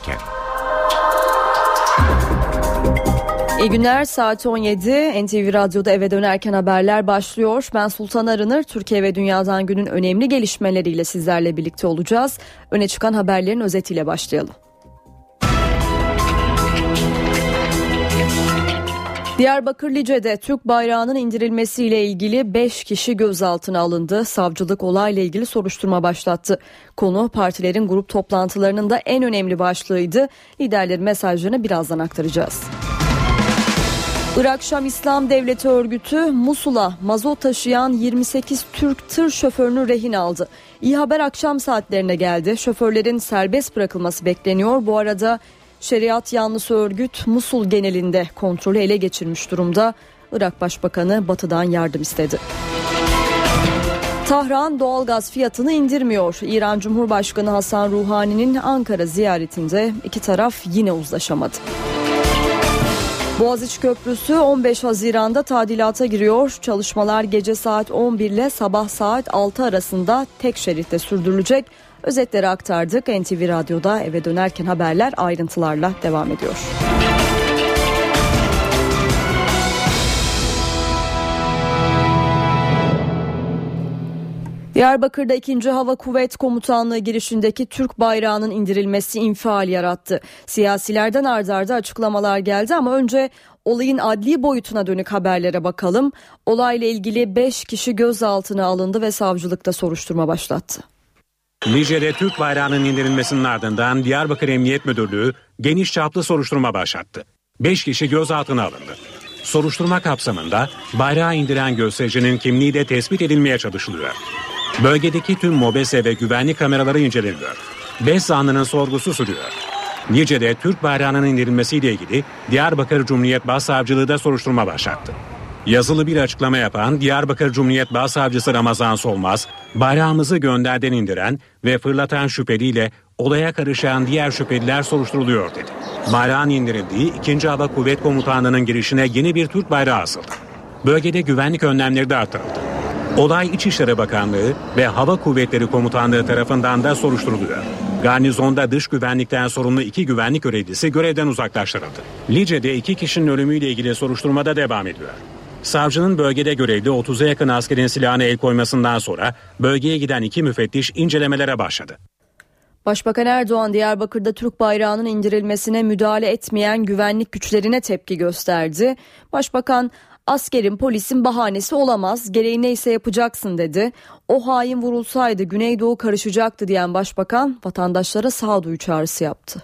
dönerken. İyi günler, saat 17. NTV Radyo'da eve dönerken haberler başlıyor. Ben Sultan Arınır. Türkiye ve dünyadan günün önemli gelişmeleriyle sizlerle birlikte olacağız. Öne çıkan haberlerin özetiyle başlayalım. Diyarbakır Lice'de Türk bayrağının indirilmesiyle ilgili 5 kişi gözaltına alındı. Savcılık olayla ilgili soruşturma başlattı. Konu partilerin grup toplantılarının da en önemli başlığıydı. Liderlerin mesajlarını birazdan aktaracağız. Irak Şam İslam Devleti örgütü Musul'a mazot taşıyan 28 Türk tır şoförünü rehin aldı. İyi haber akşam saatlerine geldi. Şoförlerin serbest bırakılması bekleniyor. Bu arada şeriat yanlısı örgüt Musul genelinde kontrolü ele geçirmiş durumda. Irak Başbakanı Batı'dan yardım istedi. Tahran doğalgaz fiyatını indirmiyor. İran Cumhurbaşkanı Hasan Ruhani'nin Ankara ziyaretinde iki taraf yine uzlaşamadı. Boğaziçi Köprüsü 15 Haziran'da tadilata giriyor. Çalışmalar gece saat 11 ile sabah saat 6 arasında tek şeritte sürdürülecek. Özetleri aktardık. NTV Radyo'da eve dönerken haberler ayrıntılarla devam ediyor. Diyarbakır'da 2. Hava Kuvvet Komutanlığı girişindeki Türk bayrağının indirilmesi infial yarattı. Siyasilerden ard arda açıklamalar geldi ama önce olayın adli boyutuna dönük haberlere bakalım. Olayla ilgili 5 kişi gözaltına alındı ve savcılıkta soruşturma başlattı. Lice'de Türk bayrağının indirilmesinin ardından Diyarbakır Emniyet Müdürlüğü geniş çaplı soruşturma başlattı. 5 kişi gözaltına alındı. Soruşturma kapsamında bayrağı indiren göstericinin kimliği de tespit edilmeye çalışılıyor. Bölgedeki tüm mobese ve güvenlik kameraları inceleniyor. 5 zanlının sorgusu sürüyor. Lice'de Türk bayrağının indirilmesiyle ilgili Diyarbakır Cumhuriyet Başsavcılığı da soruşturma başlattı. Yazılı bir açıklama yapan Diyarbakır Cumhuriyet Başsavcısı Ramazan Solmaz, bayrağımızı gönderden indiren ve fırlatan şüpheliyle olaya karışan diğer şüpheliler soruşturuluyor dedi. Bayrağın indirildiği 2. Hava Kuvvet Komutanlığı'nın girişine yeni bir Türk bayrağı asıldı. Bölgede güvenlik önlemleri de artırıldı. Olay İçişleri Bakanlığı ve Hava Kuvvetleri Komutanlığı tarafından da soruşturuluyor. Garnizonda dış güvenlikten sorumlu 2 güvenlik görevlisi görevden uzaklaştırıldı. Lice'de 2 kişinin ölümüyle ilgili soruşturmada devam ediyor. Savcının bölgede görevli 30'a yakın askerin silahına el koymasından sonra bölgeye giden 2 müfettiş incelemelere başladı. Başbakan Erdoğan Diyarbakır'da Türk bayrağının indirilmesine müdahale etmeyen güvenlik güçlerine tepki gösterdi. Başbakan, askerin polisin bahanesi olamaz, gereği neyse yapacaksın dedi. O hain vurulsaydı Güneydoğu karışacaktı diyen başbakan vatandaşlara sağduyu çağrısı yaptı.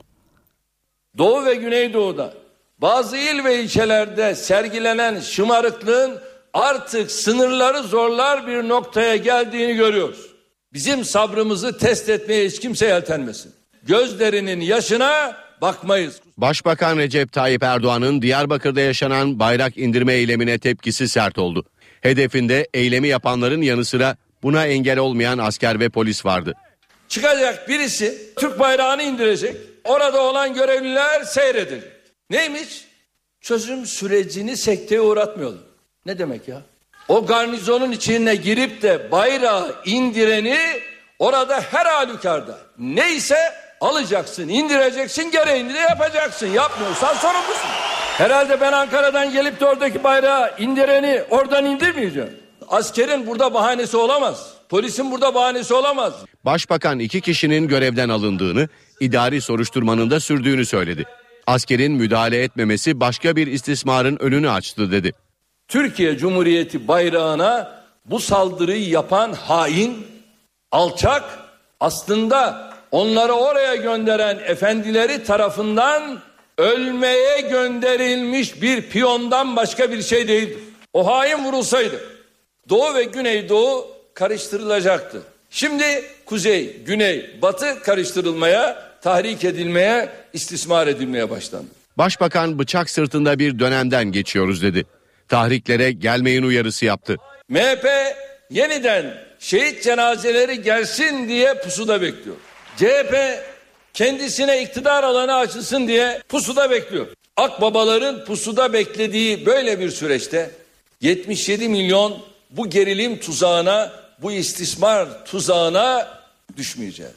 Doğu ve Güneydoğu'da bazı il ve ilçelerde sergilenen şımarıklığın artık sınırları zorlar bir noktaya geldiğini görüyoruz. Bizim sabrımızı test etmeye hiç kimse yeltenmesin. Gözlerinin yaşına bakmayız. Başbakan Recep Tayyip Erdoğan'ın Diyarbakır'da yaşanan bayrak indirme eylemine tepkisi sert oldu. Hedefinde eylemi yapanların yanı sıra buna engel olmayan asker ve polis vardı. Çıkacak birisi Türk bayrağını indirecek. Orada olan görevliler seyredecek. Neymiş? Çözüm sürecini sekteye uğratmayalım. Ne demek ya? O garnizonun içine girip de bayrağı indireni orada her halükarda neyse alacaksın, indireceksin, gereğini de yapacaksın. Yapmıyorsan sorumlusun. Herhalde ben Ankara'dan gelip de oradaki bayrağı indireni oradan indirmeyeceğim. Askerin burada bahanesi olamaz. Polisin burada bahanesi olamaz. Başbakan 2 kişinin görevden alındığını, idari soruşturmanın da sürdüğünü söyledi. Askerin müdahale etmemesi başka bir istismarın önünü açtı dedi. Türkiye Cumhuriyeti bayrağına bu saldırıyı yapan hain, alçak, aslında onları oraya gönderen efendileri tarafından ölmeye gönderilmiş bir piyondan başka bir şey değildir. O hain vurulsaydı Doğu ve Güneydoğu karıştırılacaktı. Şimdi Kuzey, Güney, Batı karıştırılmaya, tahrik edilmeye, istismar edilmeye başlandı. Başbakan bıçak sırtında bir dönemden geçiyoruz dedi. Tahriklere gelmeyin uyarısı yaptı. MHP yeniden şehit cenazeleri gelsin diye pusuda bekliyor. CHP kendisine iktidar alanı açılsın diye pusuda bekliyor. Akbabaların pusuda beklediği böyle bir süreçte 77 milyon bu gerilim tuzağına, bu istismar tuzağına düşmeyeceğiz.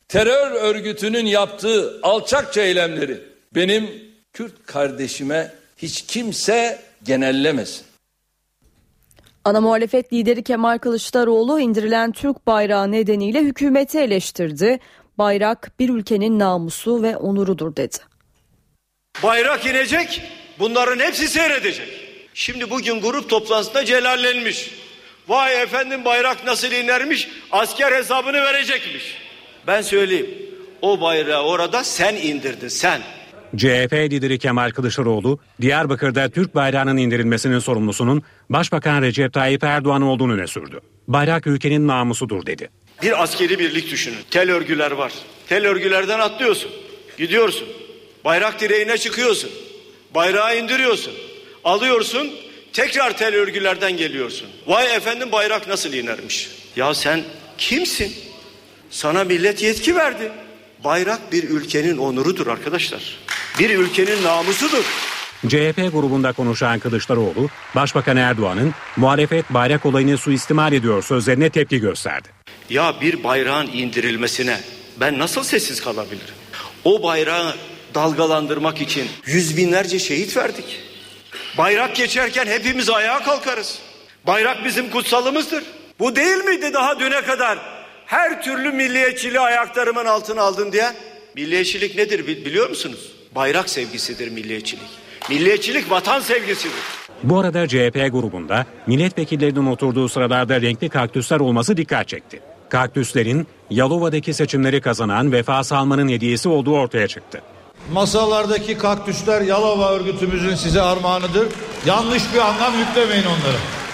terör örgütünün yaptığı alçakça eylemleri benim Kürt kardeşime hiç kimse genellemesin. Ana muhalefet lideri Kemal Kılıçdaroğlu indirilen Türk bayrağı nedeniyle hükümeti eleştirdi. Bayrak bir ülkenin namusu ve onurudur dedi. Bayrak inecek, bunların hepsi seyredecek. Şimdi bugün grup toplantısında celallenmiş. Vay efendim bayrak nasıl inermiş, asker hesabını verecekmiş. Ben söyleyeyim, o bayrağı orada sen indirdin, sen. CHP lideri Kemal Kılıçdaroğlu, Diyarbakır'da Türk bayrağının indirilmesinin sorumlusunun Başbakan Recep Tayyip Erdoğan olduğunu öne sürdü. Bayrak ülkenin namusudur dedi. Bir askeri birlik düşünün. Tel örgüler var. Tel örgülerden atlıyorsun, gidiyorsun. Bayrak direğine çıkıyorsun. Bayrağı indiriyorsun. Alıyorsun, tekrar tel örgülerden geliyorsun. Vay efendim bayrak nasıl inermiş. Ya sen kimsin? Sana millet yetki verdi. Bayrak bir ülkenin onurudur arkadaşlar. Bir ülkenin namusudur. CHP grubunda konuşan Kılıçdaroğlu, Başbakan Erdoğan'ın muhalefet bayrak olayını suistimal ediyor sözlerine tepki gösterdi. Ya bir bayrağın indirilmesine ben nasıl sessiz kalabilirim? O bayrağı dalgalandırmak için yüz binlerce şehit verdik. Bayrak geçerken hepimiz ayağa kalkarız. Bayrak bizim kutsalımızdır. Bu değil miydi daha düne kadar? Her türlü milliyetçiliği ayaklarımın altına aldım diye. Milliyetçilik nedir biliyor musunuz? Bayrak sevgisidir milliyetçilik. Milliyetçilik vatan sevgisidir. Bu arada CHP grubunda milletvekillerinin oturduğu sıralarda renkli kaktüsler olması dikkat çekti. Kaktüslerin Yalova'daki seçimleri kazanan Vefa Salman'ın hediyesi olduğu ortaya çıktı. Masalardaki kaktüsler Yalova örgütümüzün size armağanıdır. Yanlış bir anlam yüklemeyin onlara.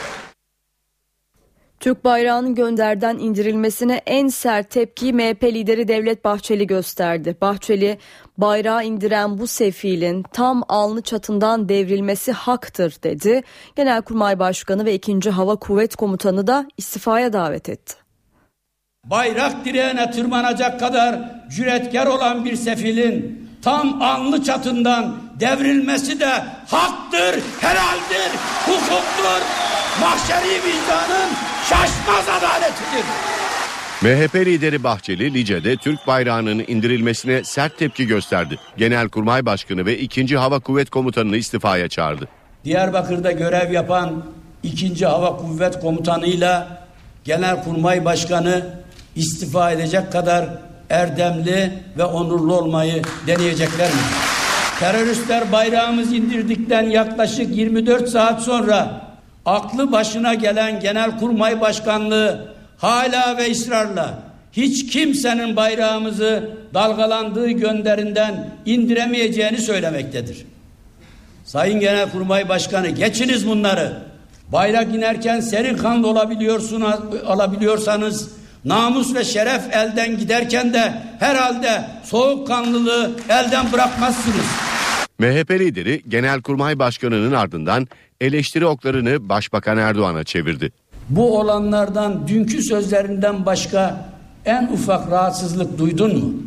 Türk bayrağının gönderden indirilmesine en sert tepkiyi MHP lideri Devlet Bahçeli gösterdi. Bahçeli, bayrağı indiren bu sefilin tam alnı çatından devrilmesi haktır dedi. Genelkurmay Başkanı ve 2. Hava Kuvvet Komutanı da istifaya davet etti. Bayrak direğine tırmanacak kadar cüretkar olan bir sefilin tam alnı çatından devrilmesi de haktır, helaldir, hukuktur, mahşeri vicdanın şaşmaz adaletidir. MHP lideri Bahçeli, Lice'de Türk bayrağının indirilmesine sert tepki gösterdi. Genelkurmay Başkanı ve 2. Hava Kuvvet Komutanı'nı istifaya çağırdı. Diyarbakır'da görev yapan 2. Hava Kuvvet Komutanı'yla Genelkurmay Başkanı istifa edecek kadar erdemli ve onurlu olmayı deneyecekler mi? Teröristler bayrağımızı indirdikten yaklaşık 24 saat sonra aklı başına gelen Genelkurmay Başkanlığı hala ve ısrarla hiç kimsenin bayrağımızı dalgalandığı gönderinden indiremeyeceğini söylemektedir. Sayın Genelkurmay Başkanı, geçiniz bunları. Bayrak inerken serin kanlı olabiliyorsanız namus ve şeref elden giderken de herhalde soğukkanlılığı elden bırakmazsınız. MHP lideri Genelkurmay Başkanı'nın ardından eleştiri oklarını Başbakan Erdoğan'a çevirdi. Bu olanlardan dünkü sözlerinden başka en ufak rahatsızlık duydun mu?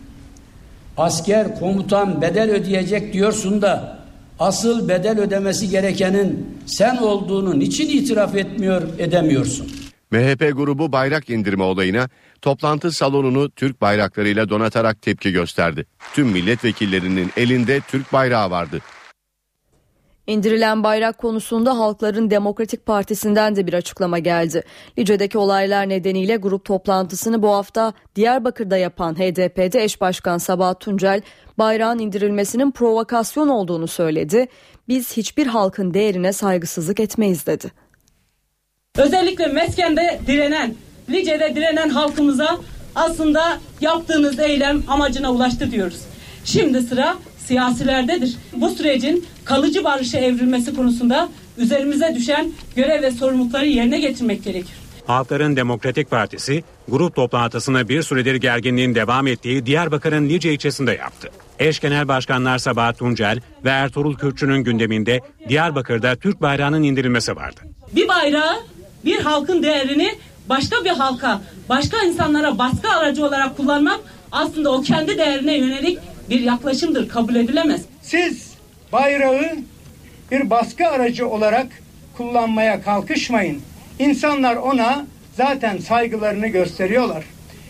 Asker, komutan bedel ödeyecek diyorsun da asıl bedel ödemesi gerekenin sen olduğunu niçin itiraf edemiyorsun? MHP grubu bayrak indirme olayına toplantı salonunu Türk bayraklarıyla donatarak tepki gösterdi. Tüm milletvekillerinin elinde Türk bayrağı vardı. İndirilen bayrak konusunda Halkların Demokratik Partisi'nden de bir açıklama geldi. Lice'deki olaylar nedeniyle grup toplantısını bu hafta Diyarbakır'da yapan HDP'de eş başkan Sabahat Tuncel, bayrağın indirilmesinin provokasyon olduğunu söyledi. Biz hiçbir halkın değerine saygısızlık etmeyiz dedi. Özellikle Mesken'de direnen, Lice'de direnen halkımıza aslında yaptığınız eylem amacına ulaştı diyoruz. Şimdi sıra siyasilerdedir. Bu sürecin kalıcı barışa evrilmesi konusunda üzerimize düşen görev ve sorumlulukları yerine getirmek gerekir. Halkların Demokratik Partisi grup toplantısını bir süredir gerginliğin devam ettiği Diyarbakır'ın Lice ilçesinde yaptı. Eş genel başkanlar Sabahat Tuncel ve Ertuğrul Kürkçü'nün gündeminde Diyarbakır'da Türk bayrağının indirilmesi vardı. Bir bayrağı, bir halkın değerini başka bir halka, başka insanlara baskı aracı olarak kullanmak aslında o kendi değerine yönelik bir yaklaşımdır, kabul edilemez. Siz bayrağı bir baskı aracı olarak kullanmaya kalkışmayın. İnsanlar ona zaten saygılarını gösteriyorlar.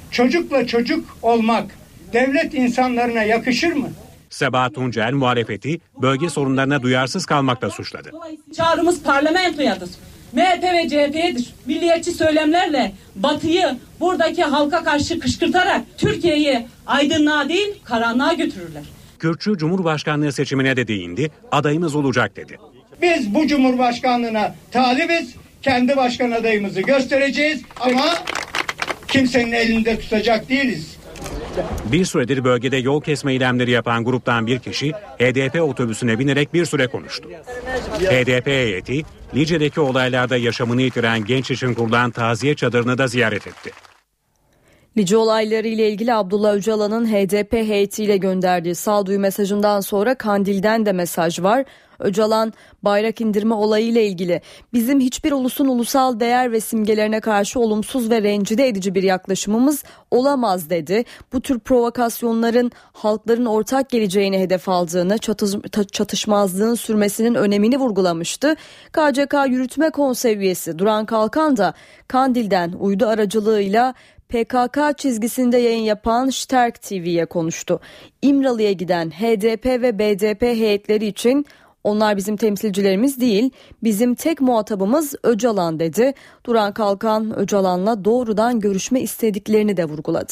çocukla çocuk olmak devlet insanlarına yakışır mı? Sebahat Tuncel muhalefeti bölge sorunlarına duyarsız kalmakla suçladı. Çağrımız parlamentoyadır. MHP ve CHP'yedir. Milliyetçi söylemlerle Batı'yı buradaki halka karşı kışkırtarak Türkiye'yi aydınlığa değil karanlığa götürürler. Kürtçü Cumhurbaşkanlığı seçimine de değindi, adayımız olacak dedi. Biz bu Cumhurbaşkanlığına talibiz. Kendi başkan adayımızı göstereceğiz ama kimsenin elinde tutacak değiliz. Bir süredir bölgede yol kesme eylemleri yapan gruptan bir kişi HDP otobüsüne binerek bir süre konuştu. HDP heyeti Lice'deki olaylarda yaşamını yitiren genç için kurulan taziye çadırını da ziyaret etti. Lice olayları ile ilgili Abdullah Öcalan'ın HDP heyetiyle gönderdiği sağduyu mesajından sonra Kandil'den de mesaj var. Öcalan bayrak indirme olayı ile ilgili bizim hiçbir ulusun ulusal değer ve simgelerine karşı olumsuz ve rencide edici bir yaklaşımımız olamaz dedi. Bu tür provokasyonların halkların ortak geleceğini hedef aldığını, çatışmazlığın sürmesinin önemini vurgulamıştı. KCK Yürütme Konseyi üyesi Duran Kalkan da Kandil'den uydu aracılığıyla PKK çizgisinde yayın yapan Şterk TV'ye konuştu. İmralı'ya giden HDP ve BDP heyetleri için onlar bizim temsilcilerimiz değil, bizim tek muhatabımız Öcalan dedi. Duran Kalkan Öcalan'la doğrudan görüşme istediklerini de vurguladı.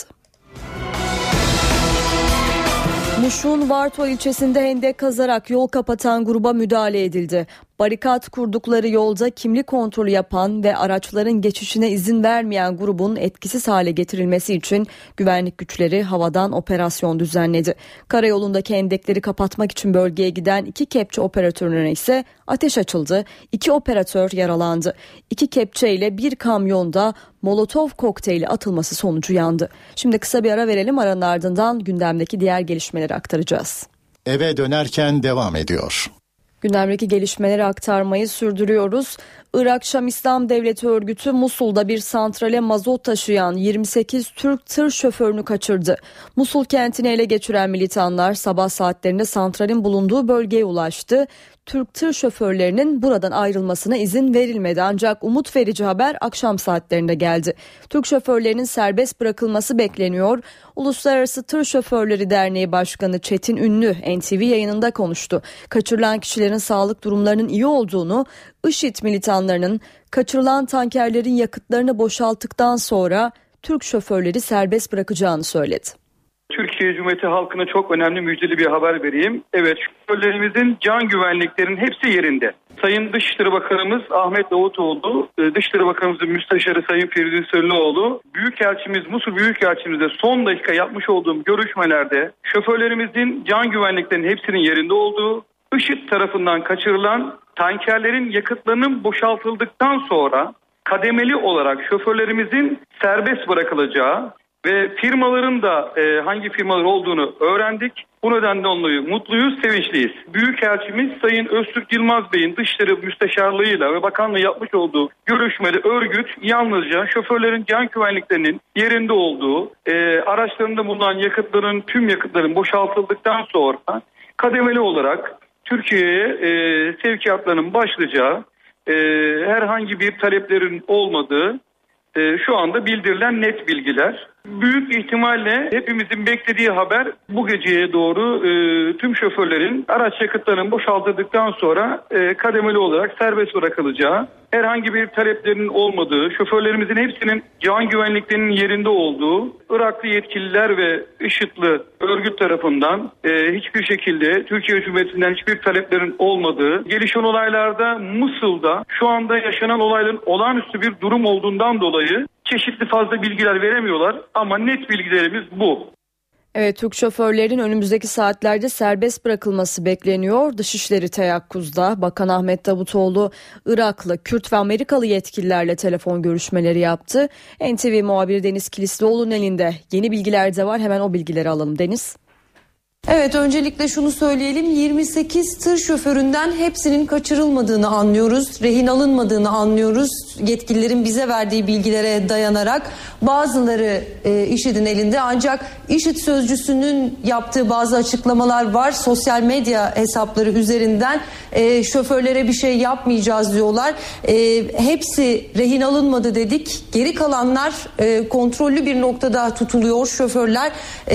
Muş'un Vartol ilçesinde hendek kazarak yol kapatan gruba müdahale edildi. Barikat kurdukları yolda kimlik kontrolü yapan ve araçların geçişine izin vermeyen grubun etkisiz hale getirilmesi için güvenlik güçleri havadan operasyon düzenledi. Karayolundaki hendekleri kapatmak için bölgeye giden 2 kepçe operatörüne ise ateş açıldı. 2 operatör yaralandı. 2 kepçeyle bir kamyonda Molotov kokteyli atılması sonucu yandı. Şimdi kısa bir ara verelim, aranın ardından gündemdeki diğer gelişmeleri aktaracağız. Eve dönerken devam ediyor. Gündemdeki gelişmeleri aktarmayı sürdürüyoruz. Irak Şam İslam Devleti örgütü Musul'da bir santrale mazot taşıyan 28 Türk tır şoförünü kaçırdı. Musul kentini ele geçiren militanlar sabah saatlerinde santralin bulunduğu bölgeye ulaştı. Türk tır şoförlerinin buradan ayrılmasına izin verilmedi, ancak umut verici haber akşam saatlerinde geldi. Türk şoförlerinin serbest bırakılması bekleniyor. Uluslararası Tır Şoförleri Derneği Başkanı Çetin Ünlü NTV yayınında konuştu. Kaçırılan kişilerin sağlık durumlarının iyi olduğunu, IŞİD militanlarının kaçırılan tankerlerin yakıtlarını boşalttıktan sonra Türk şoförleri serbest bırakacağını söyledi. Türkiye Cumhuriyeti halkına çok önemli müjdeli bir haber vereyim. Evet, şoförlerimizin can güvenliklerinin hepsi yerinde. Sayın Dışişleri Bakanımız Ahmet Davutoğlu, Dışişleri Bakanımızın Müsteşarı Sayın Feridun Sörlüoğlu, Musul Büyükelçimizle son dakika yapmış olduğum görüşmelerde şoförlerimizin can güvenliklerinin hepsinin yerinde olduğu, IŞİD tarafından kaçırılan tankerlerin yakıtlarının boşaltıldıktan sonra kademeli olarak şoförlerimizin serbest bırakılacağı ve firmaların da hangi firmalar olduğunu öğrendik. Bu nedenle onları mutluyuz, sevinçliyiz. Büyükelçimiz Sayın Öztürk Yılmaz Bey'in Dışişleri Müsteşarlığıyla ve Bakanlığı yapmış olduğu görüşmede örgüt yalnızca şoförlerin can güvenliklerinin yerinde olduğu, araçlarında bulunan tüm yakıtların boşaltıldıktan sonra kademeli olarak Türkiye'ye sevkiyatlarının başlayacağı, herhangi bir taleplerin olmadığı şu anda bildirilen net bilgiler. Büyük ihtimalle hepimizin beklediği haber bu geceye doğru tüm şoförlerin araç yakıtlarının boşaltıldıktan sonra kademeli olarak serbest bırakılacağı, herhangi bir taleplerinin olmadığı, şoförlerimizin hepsinin can güvenliklerinin yerinde olduğu, Iraklı yetkililer ve IŞİD'li örgüt tarafından hiçbir şekilde Türkiye Cumhuriyeti'nden hiçbir taleplerin olmadığı, gelişen olaylarda Musul'da şu anda yaşanan olayların olağanüstü bir durum olduğundan dolayı çeşitli fazla bilgiler veremiyorlar ama net bilgilerimiz bu. Evet, Türk şoförlerin önümüzdeki saatlerde serbest bırakılması bekleniyor. Dışişleri teyakkuzda. Bakan Ahmet Davutoğlu Iraklı, Kürt ve Amerikalı yetkililerle telefon görüşmeleri yaptı. NTV muhabiri Deniz Kilislioğlu'nun elinde yeni bilgiler de var. Hemen o bilgileri alalım Deniz. Evet, öncelikle şunu söyleyelim, 28 tır şoföründen hepsinin kaçırılmadığını anlıyoruz, rehin alınmadığını anlıyoruz. Yetkililerin bize verdiği bilgilere dayanarak bazıları IŞİD'in elinde, ancak IŞİD sözcüsünün yaptığı bazı açıklamalar var. Sosyal medya hesapları üzerinden şoförlere bir şey yapmayacağız diyorlar. Hepsi rehin alınmadı dedik. Geri kalanlar kontrollü bir noktada tutuluyor. Şoförler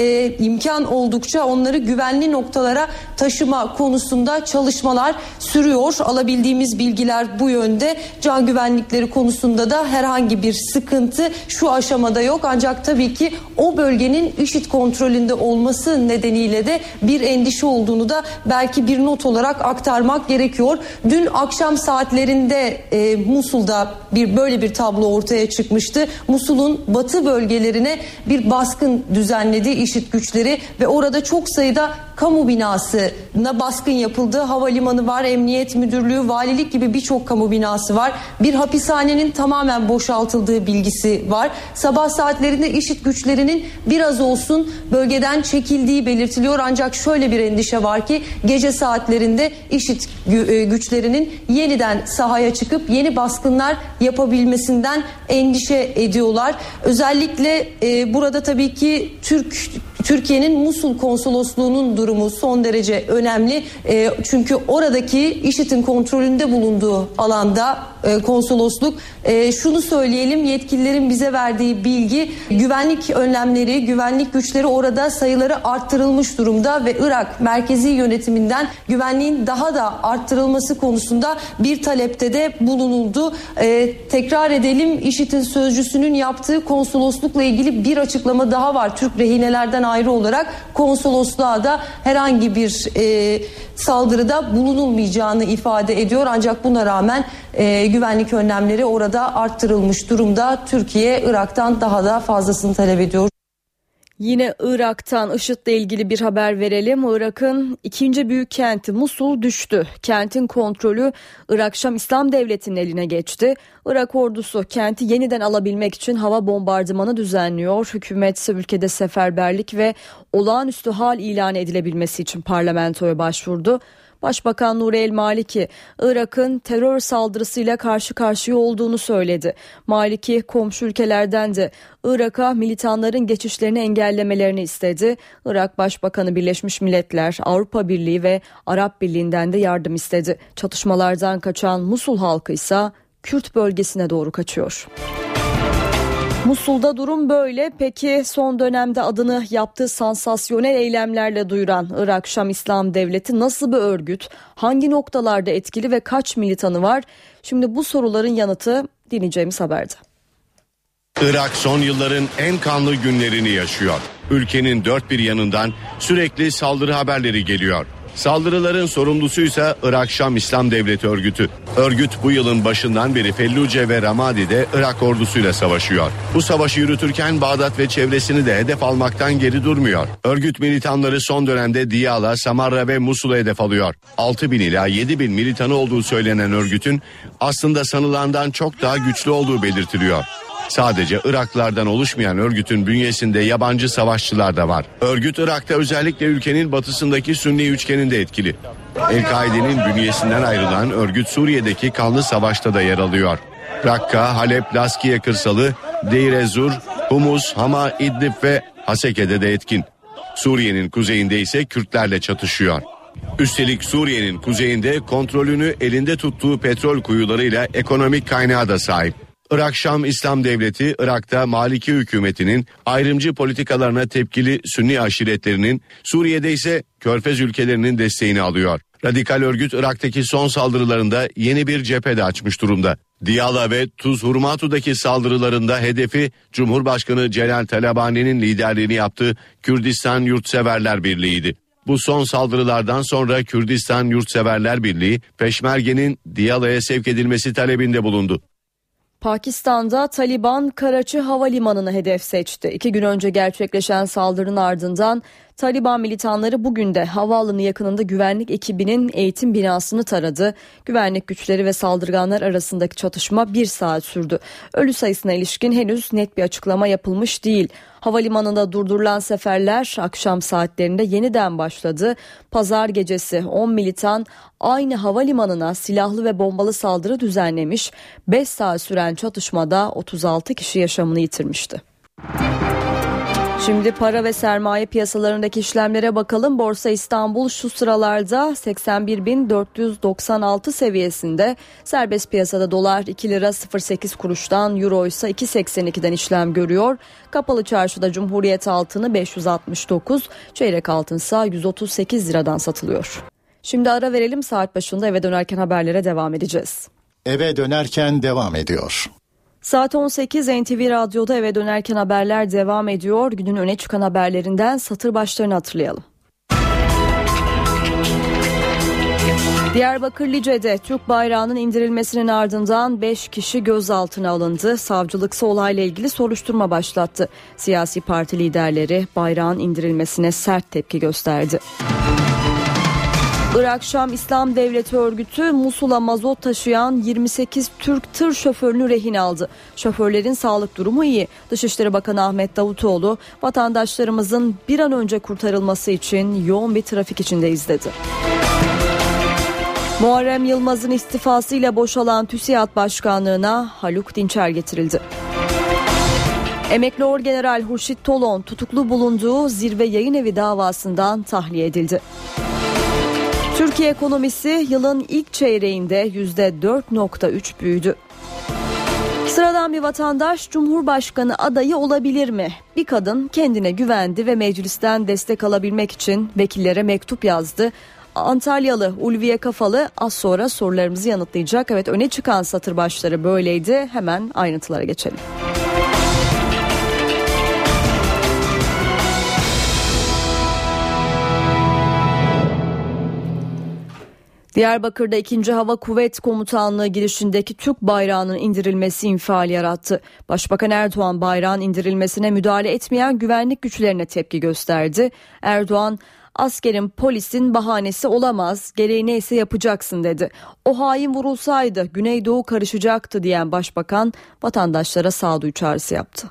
imkan oldukça onları güvenli noktalara taşıma konusunda çalışmalar sürüyor. Alabildiğimiz bilgiler bu yönde. Can güvenlikleri konusunda da herhangi bir sıkıntı şu aşamada yok. Ancak tabii ki o bölgenin IŞİD kontrolünde olması nedeniyle de bir endişe olduğunu da belki bir not olarak aktarmak gerekiyor. Dün akşam saatlerinde Musul'da böyle bir tablo ortaya çıkmıştı. Musul'un batı bölgelerine bir baskın düzenledi IŞİD güçleri ve orada çok sayıda kamu binasına baskın yapıldı. Havalimanı var, emniyet müdürlüğü, valilik gibi birçok kamu binası var. Bir hapishanenin tamamen boşaltıldığı bilgisi var. Sabah saatlerinde IŞİD güçlerinin biraz olsun bölgeden çekildiği belirtiliyor. Ancak şöyle bir endişe var ki gece saatlerinde IŞİD güçlerinin yeniden sahaya çıkıp yeni baskınlar yapabilmesinden endişe ediyorlar. Özellikle burada tabii ki Türkiye'nin Musul konsolosluğunun durumu son derece önemli. Çünkü oradaki IŞİD'in kontrolünde bulunduğu alanda konsolosluk, şunu söyleyelim, yetkililerin bize verdiği bilgi, güvenlik önlemleri, güvenlik güçleri orada sayıları arttırılmış durumda ve Irak merkezi yönetiminden güvenliğin daha da arttırılması konusunda bir talepte de bulunuldu. Tekrar edelim, IŞİD'in sözcüsünün yaptığı konsoloslukla ilgili bir açıklama daha var. Türk rehinelerden ayrı olarak konsolosluğa da herhangi bir saldırıda bulunulmayacağını ifade ediyor. Ancak buna rağmen güvenlik önlemleri orada arttırılmış durumda. Türkiye Irak'tan daha da fazlasını talep ediyor. Yine Irak'tan IŞİD'le ilgili bir haber verelim. Irak'ın ikinci büyük kenti Musul düştü. Kentin kontrolü Irak Şam İslam Devleti'nin eline geçti. Irak ordusu kenti yeniden alabilmek için hava bombardımanı düzenliyor. Hükümet ise ülkede seferberlik ve olağanüstü hal ilan edilebilmesi için parlamentoya başvurdu. Başbakan Nuri El Maliki, Irak'ın terör saldırısıyla karşı karşıya olduğunu söyledi. Maliki, komşu ülkelerden de Irak'a militanların geçişlerini engellemelerini istedi. Irak Başbakanı Birleşmiş Milletler, Avrupa Birliği ve Arap Birliği'nden de yardım istedi. Çatışmalardan kaçan Musul halkı ise Kürt bölgesine doğru kaçıyor. Musul'da durum böyle. Peki son dönemde adını yaptığı sansasyonel eylemlerle duyuran Irak Şam İslam Devleti nasıl bir örgüt? Hangi noktalarda etkili ve kaç militanı var? Şimdi bu soruların yanıtı dinleyeceğimiz haberde. Irak son yılların en kanlı günlerini yaşıyor. Ülkenin dört bir yanından sürekli saldırı haberleri geliyor. Saldırıların sorumlusuysa Irak Şam İslam Devleti örgütü. Örgüt bu yılın başından beri Felluce ve Ramadi'de Irak ordusuyla savaşıyor. Bu savaşı yürütürken Bağdat ve çevresini de hedef almaktan geri durmuyor. Örgüt militanları son dönemde Diyala, Samarra ve Musul'u hedef alıyor. 6.000 ila 7.000 militanı olduğu söylenen örgütün aslında sanılandan çok daha güçlü olduğu belirtiliyor. Sadece Iraklılardan oluşmayan örgütün bünyesinde yabancı savaşçılar da var. Örgüt Irak'ta özellikle ülkenin batısındaki Sünni üçgeninde etkili. El-Kaide'nin bünyesinden ayrılan örgüt Suriye'deki kanlı savaşta da yer alıyor. Rakka, Halep, Laskiye kırsalı, Deir ez-Zur, Humus, Hama, İdlib ve Haseke'de de etkin. Suriye'nin kuzeyinde ise Kürtlerle çatışıyor. Üstelik Suriye'nin kuzeyinde kontrolünü elinde tuttuğu petrol kuyularıyla ekonomik kaynağı da sahip. Irak Şam İslam Devleti, Irak'ta Maliki hükümetinin ayrımcı politikalarına tepkili Sünni aşiretlerinin, Suriye'de ise Körfez ülkelerinin desteğini alıyor. Radikal örgüt Irak'taki son saldırılarında yeni bir cephe de açmış durumda. Diyala ve Tuz Hurmatu'daki saldırılarında hedefi Cumhurbaşkanı Celal Talabani'nin liderliğini yaptığı Kürdistan Yurtseverler Birliği'ydi. Bu son saldırılardan sonra Kürdistan Yurtseverler Birliği, Peşmerge'nin Diyala'ya sevk edilmesi talebinde bulundu. Pakistan'da Taliban Karachi Havalimanı'nı hedef seçti. 2 gün önce gerçekleşen saldırının ardından Taliban militanları bugün de havaalanı yakınında güvenlik ekibinin eğitim binasını taradı. Güvenlik güçleri ve saldırganlar arasındaki çatışma 1 saat sürdü. Ölü sayısına ilişkin henüz net bir açıklama yapılmış değil. Havalimanında durdurulan seferler akşam saatlerinde yeniden başladı. Pazar gecesi 10 militan aynı havalimanına silahlı ve bombalı saldırı düzenlemiş. 5 saat süren çatışmada 36 kişi yaşamını yitirmişti. Şimdi para ve sermaye piyasalarındaki işlemlere bakalım. Borsa İstanbul şu sıralarda 81.496 seviyesinde. Serbest piyasada dolar 2 lira 08 kuruştan, euro ise 2.82'den işlem görüyor. Kapalı çarşıda Cumhuriyet altını 569, çeyrek altınsa 138 liradan satılıyor. Şimdi ara verelim, saat başında eve dönerken haberlere devam edeceğiz. Eve dönerken devam ediyor. Saat 18 NTV Radyo'da eve dönerken haberler devam ediyor. Günün öne çıkan haberlerinden satır başlarını hatırlayalım. Diyarbakır Lice'de Türk bayrağının indirilmesinin ardından 5 kişi gözaltına alındı. Savcılıksa olayla ilgili soruşturma başlattı. Siyasi parti liderleri bayrağın indirilmesine sert tepki gösterdi. Irak Şam İslam Devleti örgütü Musul'a mazot taşıyan 28 Türk tır şoförünü rehin aldı. Şoförlerin sağlık durumu iyi. Dışişleri Bakanı Ahmet Davutoğlu vatandaşlarımızın bir an önce kurtarılması için yoğun bir trafik içindeyiz dedi. Muharrem Yılmaz'ın istifasıyla boşalan TÜSİAD Başkanlığı'na Haluk Dinçer getirildi. Emekli Orgeneral Hurşit Tolon tutuklu bulunduğu Zirve Yayınevi davasından tahliye edildi. Türkiye ekonomisi yılın ilk çeyreğinde %4.3 büyüdü. Sıradan bir vatandaş Cumhurbaşkanı adayı olabilir mi? Bir kadın kendine güvendi ve meclisten destek alabilmek için vekillere mektup yazdı. Antalyalı Ulviye Kafalı az sonra sorularımızı yanıtlayacak. Evet, öne çıkan satır başları böyleydi. Hemen ayrıntılara geçelim. Diyarbakır'da 2. Hava Kuvvet Komutanlığı girişindeki Türk bayrağının indirilmesi infial yarattı. Başbakan Erdoğan bayrağın indirilmesine müdahale etmeyen güvenlik güçlerine tepki gösterdi. Erdoğan, askerin polisin bahanesi olamaz, gereği neyse yapacaksın dedi. O hain vurulsaydı Güneydoğu karışacaktı diyen başbakan vatandaşlara sağduyu çağrısı yaptı.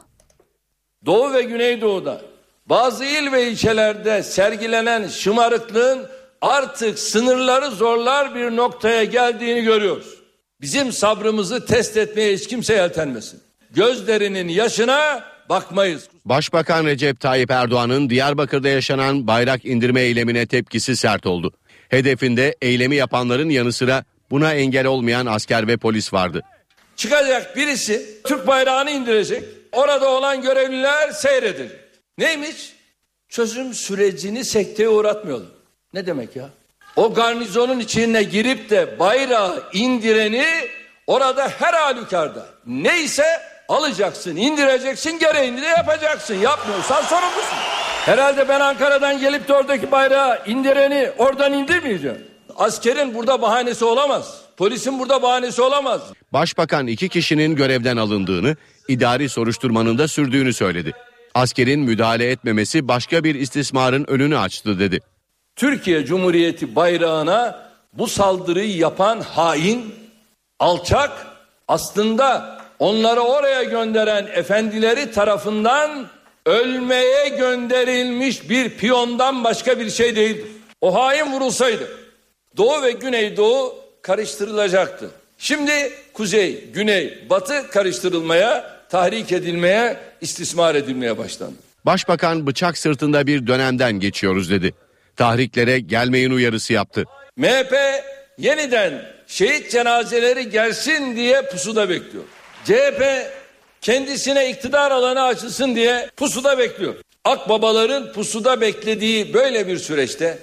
Doğu ve Güneydoğu'da bazı il ve ilçelerde sergilenen şımarıklığın artık sınırları zorlar bir noktaya geldiğini görüyoruz. Bizim sabrımızı test etmeye hiç kimse yeltenmesin. Gözlerinin yaşına bakmayız. Başbakan Recep Tayyip Erdoğan'ın Diyarbakır'da yaşanan bayrak indirme eylemine tepkisi sert oldu. Hedefinde eylemi yapanların yanı sıra buna engel olmayan asker ve polis vardı. Çıkacak birisi Türk bayrağını indirecek. Orada olan görevliler seyredecek. Neymiş? Çözüm sürecini sekteye uğratmayalım. Ne demek ya? O garnizonun içine girip de bayrağı indireni orada her halükarda neyse alacaksın, indireceksin, gereğini de yapacaksın. Yapmıyorsan sorumlusun. Herhalde ben Ankara'dan gelip de oradaki bayrağı indireni oradan indirmeyeceğim. Askerin burada bahanesi olamaz. Polisin burada bahanesi olamaz. Başbakan 2 kişinin görevden alındığını, idari soruşturmanın da sürdüğünü söyledi. Askerin müdahale etmemesi başka bir istismarın önünü açtı dedi. Türkiye Cumhuriyeti bayrağına bu saldırıyı yapan hain, alçak, aslında onları oraya gönderen efendileri tarafından ölmeye gönderilmiş bir piyondan başka bir şey değildir. O hain vurulsaydı Doğu ve Güneydoğu karıştırılacaktı. Şimdi Kuzey, Güney, Batı karıştırılmaya, tahrik edilmeye, istismar edilmeye başlandı. Başbakan bıçak sırtında bir dönemden geçiyoruz dedi. Tahriklere gelmeyin uyarısı yaptı. MHP yeniden şehit cenazeleri gelsin diye pusuda bekliyor. CHP kendisine iktidar alanı açılsın diye pusuda bekliyor. Akbabaların pusuda beklediği böyle bir süreçte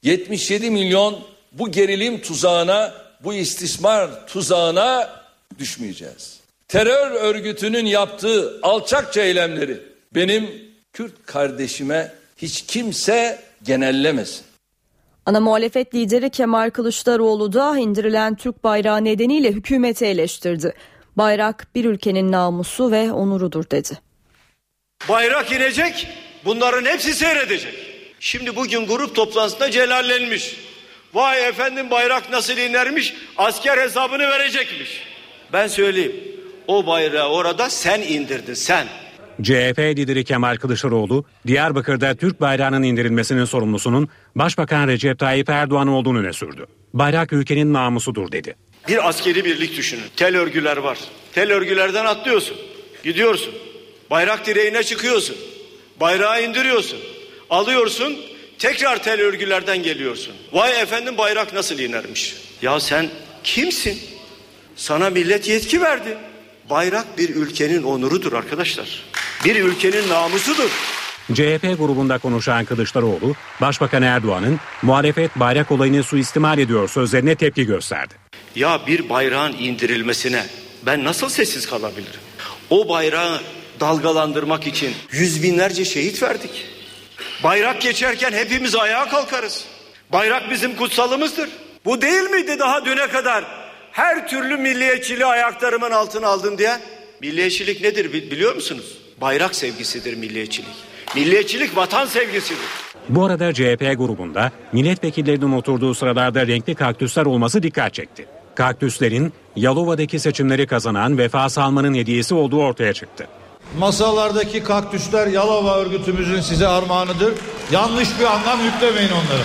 77 milyon bu gerilim tuzağına, bu istismar tuzağına düşmeyeceğiz. Terör örgütünün yaptığı alçakça eylemleri benim Kürt kardeşime hiç kimse genellemesin. Ana muhalefet lideri Kemal Kılıçdaroğlu da indirilen Türk bayrağı nedeniyle hükümeti eleştirdi. Bayrak bir ülkenin namusu ve onurudur dedi. Bayrak inecek, bunların hepsi seyredecek. Şimdi bugün grup toplantısında celallenmiş. Vay efendim bayrak nasıl inermiş, asker hesabını verecekmiş. Ben söyleyeyim, o bayrağı orada sen indirdin, sen. CHP lideri Kemal Kılıçdaroğlu, Diyarbakır'da Türk bayrağının indirilmesinin sorumlusunun Başbakan Recep Tayyip Erdoğan olduğunu öne sürdü. Bayrak ülkenin namusudur dedi. Bir askeri birlik düşünün. Tel örgüler var. Tel örgülerden atlıyorsun, gidiyorsun. Bayrak direğine çıkıyorsun. Bayrağı indiriyorsun. Alıyorsun, tekrar tel örgülerden geliyorsun. Vay efendim bayrak nasıl inermiş. Ya sen kimsin? Sana millet yetki verdi. Bayrak bir ülkenin onurudur arkadaşlar. Bir ülkenin namusudur. CHP grubunda konuşan Kılıçdaroğlu, Başbakan Erdoğan'ın muhalefet bayrak olayını suistimal ediyor sözlerine tepki gösterdi. Ya bir bayrağın indirilmesine ben nasıl sessiz kalabilirim? O bayrağı dalgalandırmak için yüz binlerce şehit verdik. Bayrak geçerken hepimiz ayağa kalkarız. Bayrak bizim kutsalımızdır. Bu değil miydi daha düne kadar her türlü milliyetçiliği ayaklarımın altına aldım diye? Milliyetçilik nedir biliyor musunuz? Bayrak sevgisidir milliyetçilik. Milliyetçilik vatan sevgisidir. Bu arada CHP grubunda milletvekillerinin oturduğu sıralarda renkli kaktüsler olması dikkat çekti. Kaktüslerin Yalova'daki seçimleri kazanan Vefa Salman'ın hediyesi olduğu ortaya çıktı. Masalardaki kaktüsler Yalova örgütümüzün size armağanıdır. Yanlış bir anlam yüklemeyin onlara.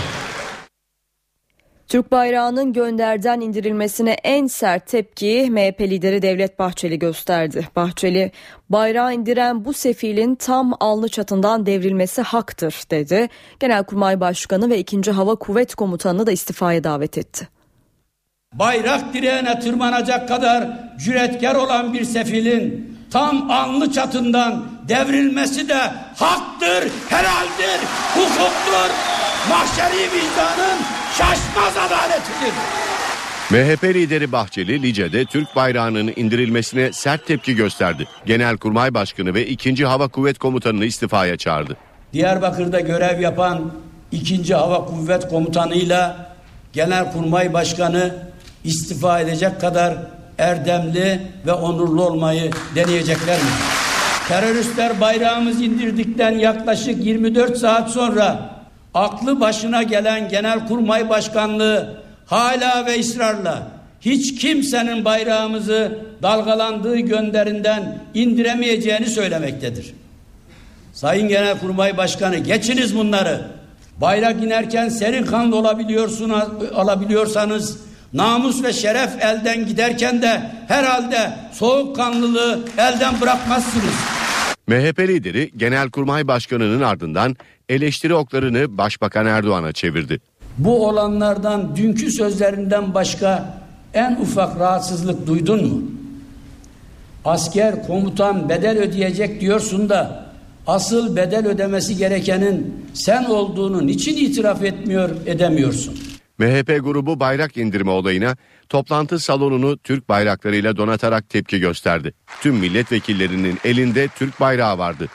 Türk bayrağının gönderden indirilmesine en sert tepkiyi MHP lideri Devlet Bahçeli gösterdi. Bahçeli, bayrağı indiren bu sefilin tam alnı çatından devrilmesi haktır dedi. Genelkurmay Başkanı ve 2. Hava Kuvvet Komutanı'nı da istifaya davet etti. Bayrak direğine tırmanacak kadar cüretkar olan bir sefilin tam alnı çatından devrilmesi de haktır, helaldir, hukuktur, mahşeri vicdanın şaşmaz adaletidir. MHP lideri Bahçeli, Lice'de Türk bayrağının indirilmesine sert tepki gösterdi. Genelkurmay Başkanı ve 2. Hava Kuvvet Komutanı'nı istifaya çağırdı. Diyarbakır'da görev yapan 2. Hava Kuvvet Komutanı'yla Genelkurmay Başkanı istifa edecek kadar erdemli ve onurlu olmayı deneyecekler mi? Teröristler bayrağımızı indirdikten yaklaşık 24 saat sonra aklı başına gelen Genelkurmay Başkanlığı hala ve ısrarla hiç kimsenin bayrağımızı dalgalandığı gönderinden indiremeyeceğini söylemektedir. Sayın Genelkurmay Başkanı, geçiniz bunları. Bayrak inerken serin kanlı olabiliyorsanız, namus ve şeref elden giderken de herhalde soğukkanlılığı elden bırakmazsınız. MHP lideri Genelkurmay Başkanı'nın ardından eleştiri oklarını Başbakan Erdoğan'a çevirdi. Bu olanlardan dünkü sözlerinden başka en ufak rahatsızlık duydun mu? Asker, komutan bedel ödeyecek diyorsun da asıl bedel ödemesi gerekenin sen olduğunu niçin itiraf edemiyorsun? MHP grubu bayrak indirme olayına toplantı salonunu Türk bayraklarıyla donatarak tepki gösterdi. Tüm milletvekillerinin elinde Türk bayrağı vardı.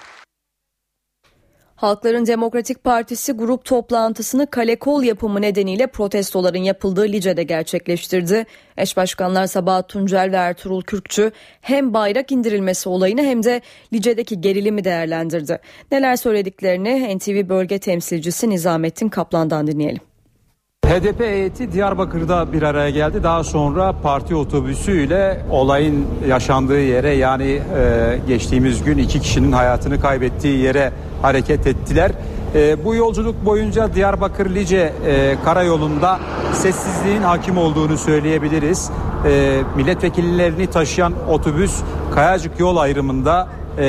Halkların Demokratik Partisi grup toplantısını kale kol yapımı nedeniyle protestoların yapıldığı Lice'de gerçekleştirdi. Eş başkanlar Sabahat Tuncel ve Ertuğrul Kürkçü hem bayrak indirilmesi olayını hem de Lice'deki gerilimi değerlendirdi. Neler söylediklerini NTV bölge temsilcisi Nizamettin Kaplan'dan dinleyelim. HDP heyeti Diyarbakır'da bir araya geldi. Daha sonra parti otobüsüyle olayın yaşandığı yere, yani geçtiğimiz gün 2 kişinin hayatını kaybettiği yere hareket ettiler. Bu yolculuk boyunca Diyarbakır-Lice karayolunda sessizliğin hakim olduğunu söyleyebiliriz. Milletvekillerini taşıyan otobüs Kayacık yol ayrımında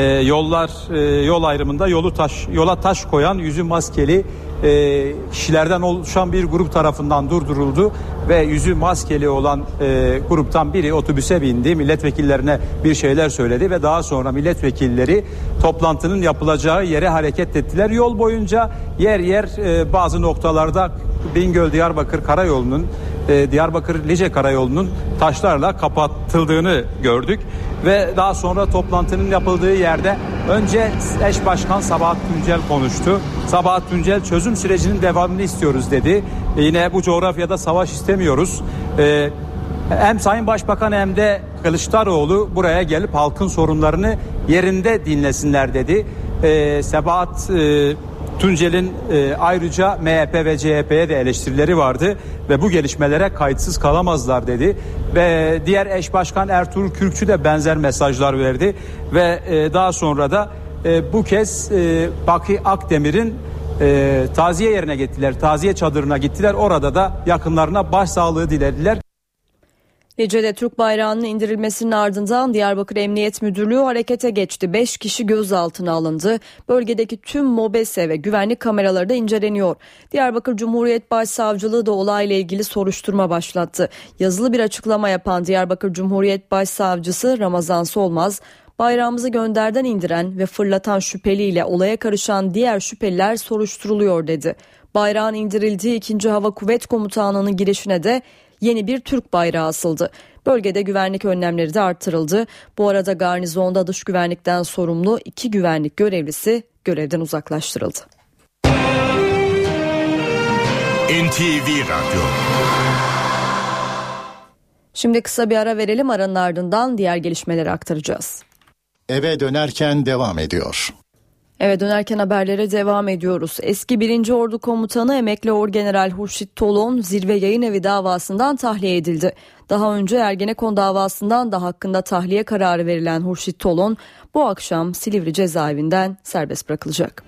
yola taş koyan yüzü maskeli kişilerden oluşan bir grup tarafından durduruldu ve yüzü maskeli olan gruptan biri otobüse bindi, milletvekillerine bir şeyler söyledi ve daha sonra milletvekilleri toplantının yapılacağı yere hareket ettiler. Yol boyunca yer yer bazı noktalarda Bingöl-Diyarbakır karayolunun, Diyarbakır-Lice karayolunun taşlarla kapatıldığını gördük ve daha sonra toplantının yapıldığı yerde önce eş başkan Sabahat Tuncel konuştu. Sabahat Tuncel çözüm sürecinin devamını istiyoruz dedi. Yine bu coğrafyada savaş istemiyoruz. Hem Sayın Başbakan hem de Kılıçdaroğlu buraya gelip halkın sorunlarını yerinde dinlesinler dedi. Sabahat Tuncel'in ayrıca MHP ve CHP'ye de eleştirileri vardı ve bu gelişmelere kayıtsız kalamazlar dedi. Ve diğer eş başkan Ertuğrul Kürkçü de benzer mesajlar verdi ve daha sonra da bu kez Baki Akdemir'in taziye yerine gittiler, taziye çadırına gittiler. Orada da yakınlarına başsağlığı dilediler. Lice'de Türk bayrağının indirilmesinin ardından Diyarbakır Emniyet Müdürlüğü harekete geçti. 5 kişi gözaltına alındı. Bölgedeki tüm mobese ve güvenlik kameraları da inceleniyor. Diyarbakır Cumhuriyet Başsavcılığı da olayla ilgili soruşturma başlattı. Yazılı bir açıklama yapan Diyarbakır Cumhuriyet Başsavcısı Ramazan Solmaz, bayrağımızı gönderden indiren ve fırlatan şüpheliyle olaya karışan diğer şüpheliler soruşturuluyor dedi. Bayrağın indirildiği 2. Hava Kuvvet Komutanlığı'nın girişine de yeni bir Türk bayrağı asıldı. Bölgede güvenlik önlemleri de arttırıldı. Bu arada garnizonda dış güvenlikten sorumlu 2 güvenlik görevlisi görevden uzaklaştırıldı. NTV Radyo. Şimdi kısa bir ara verelim, aranın ardından diğer gelişmeleri aktaracağız. Eve dönerken devam ediyor. Eve dönerken haberlere devam ediyoruz. Eski 1. Ordu Komutanı Emekli Orgeneral Hurşit Tolon Zirve Yayınevi davasından tahliye edildi. Daha önce Ergenekon davasından da hakkında tahliye kararı verilen Hurşit Tolon bu akşam Silivri cezaevinden serbest bırakılacak.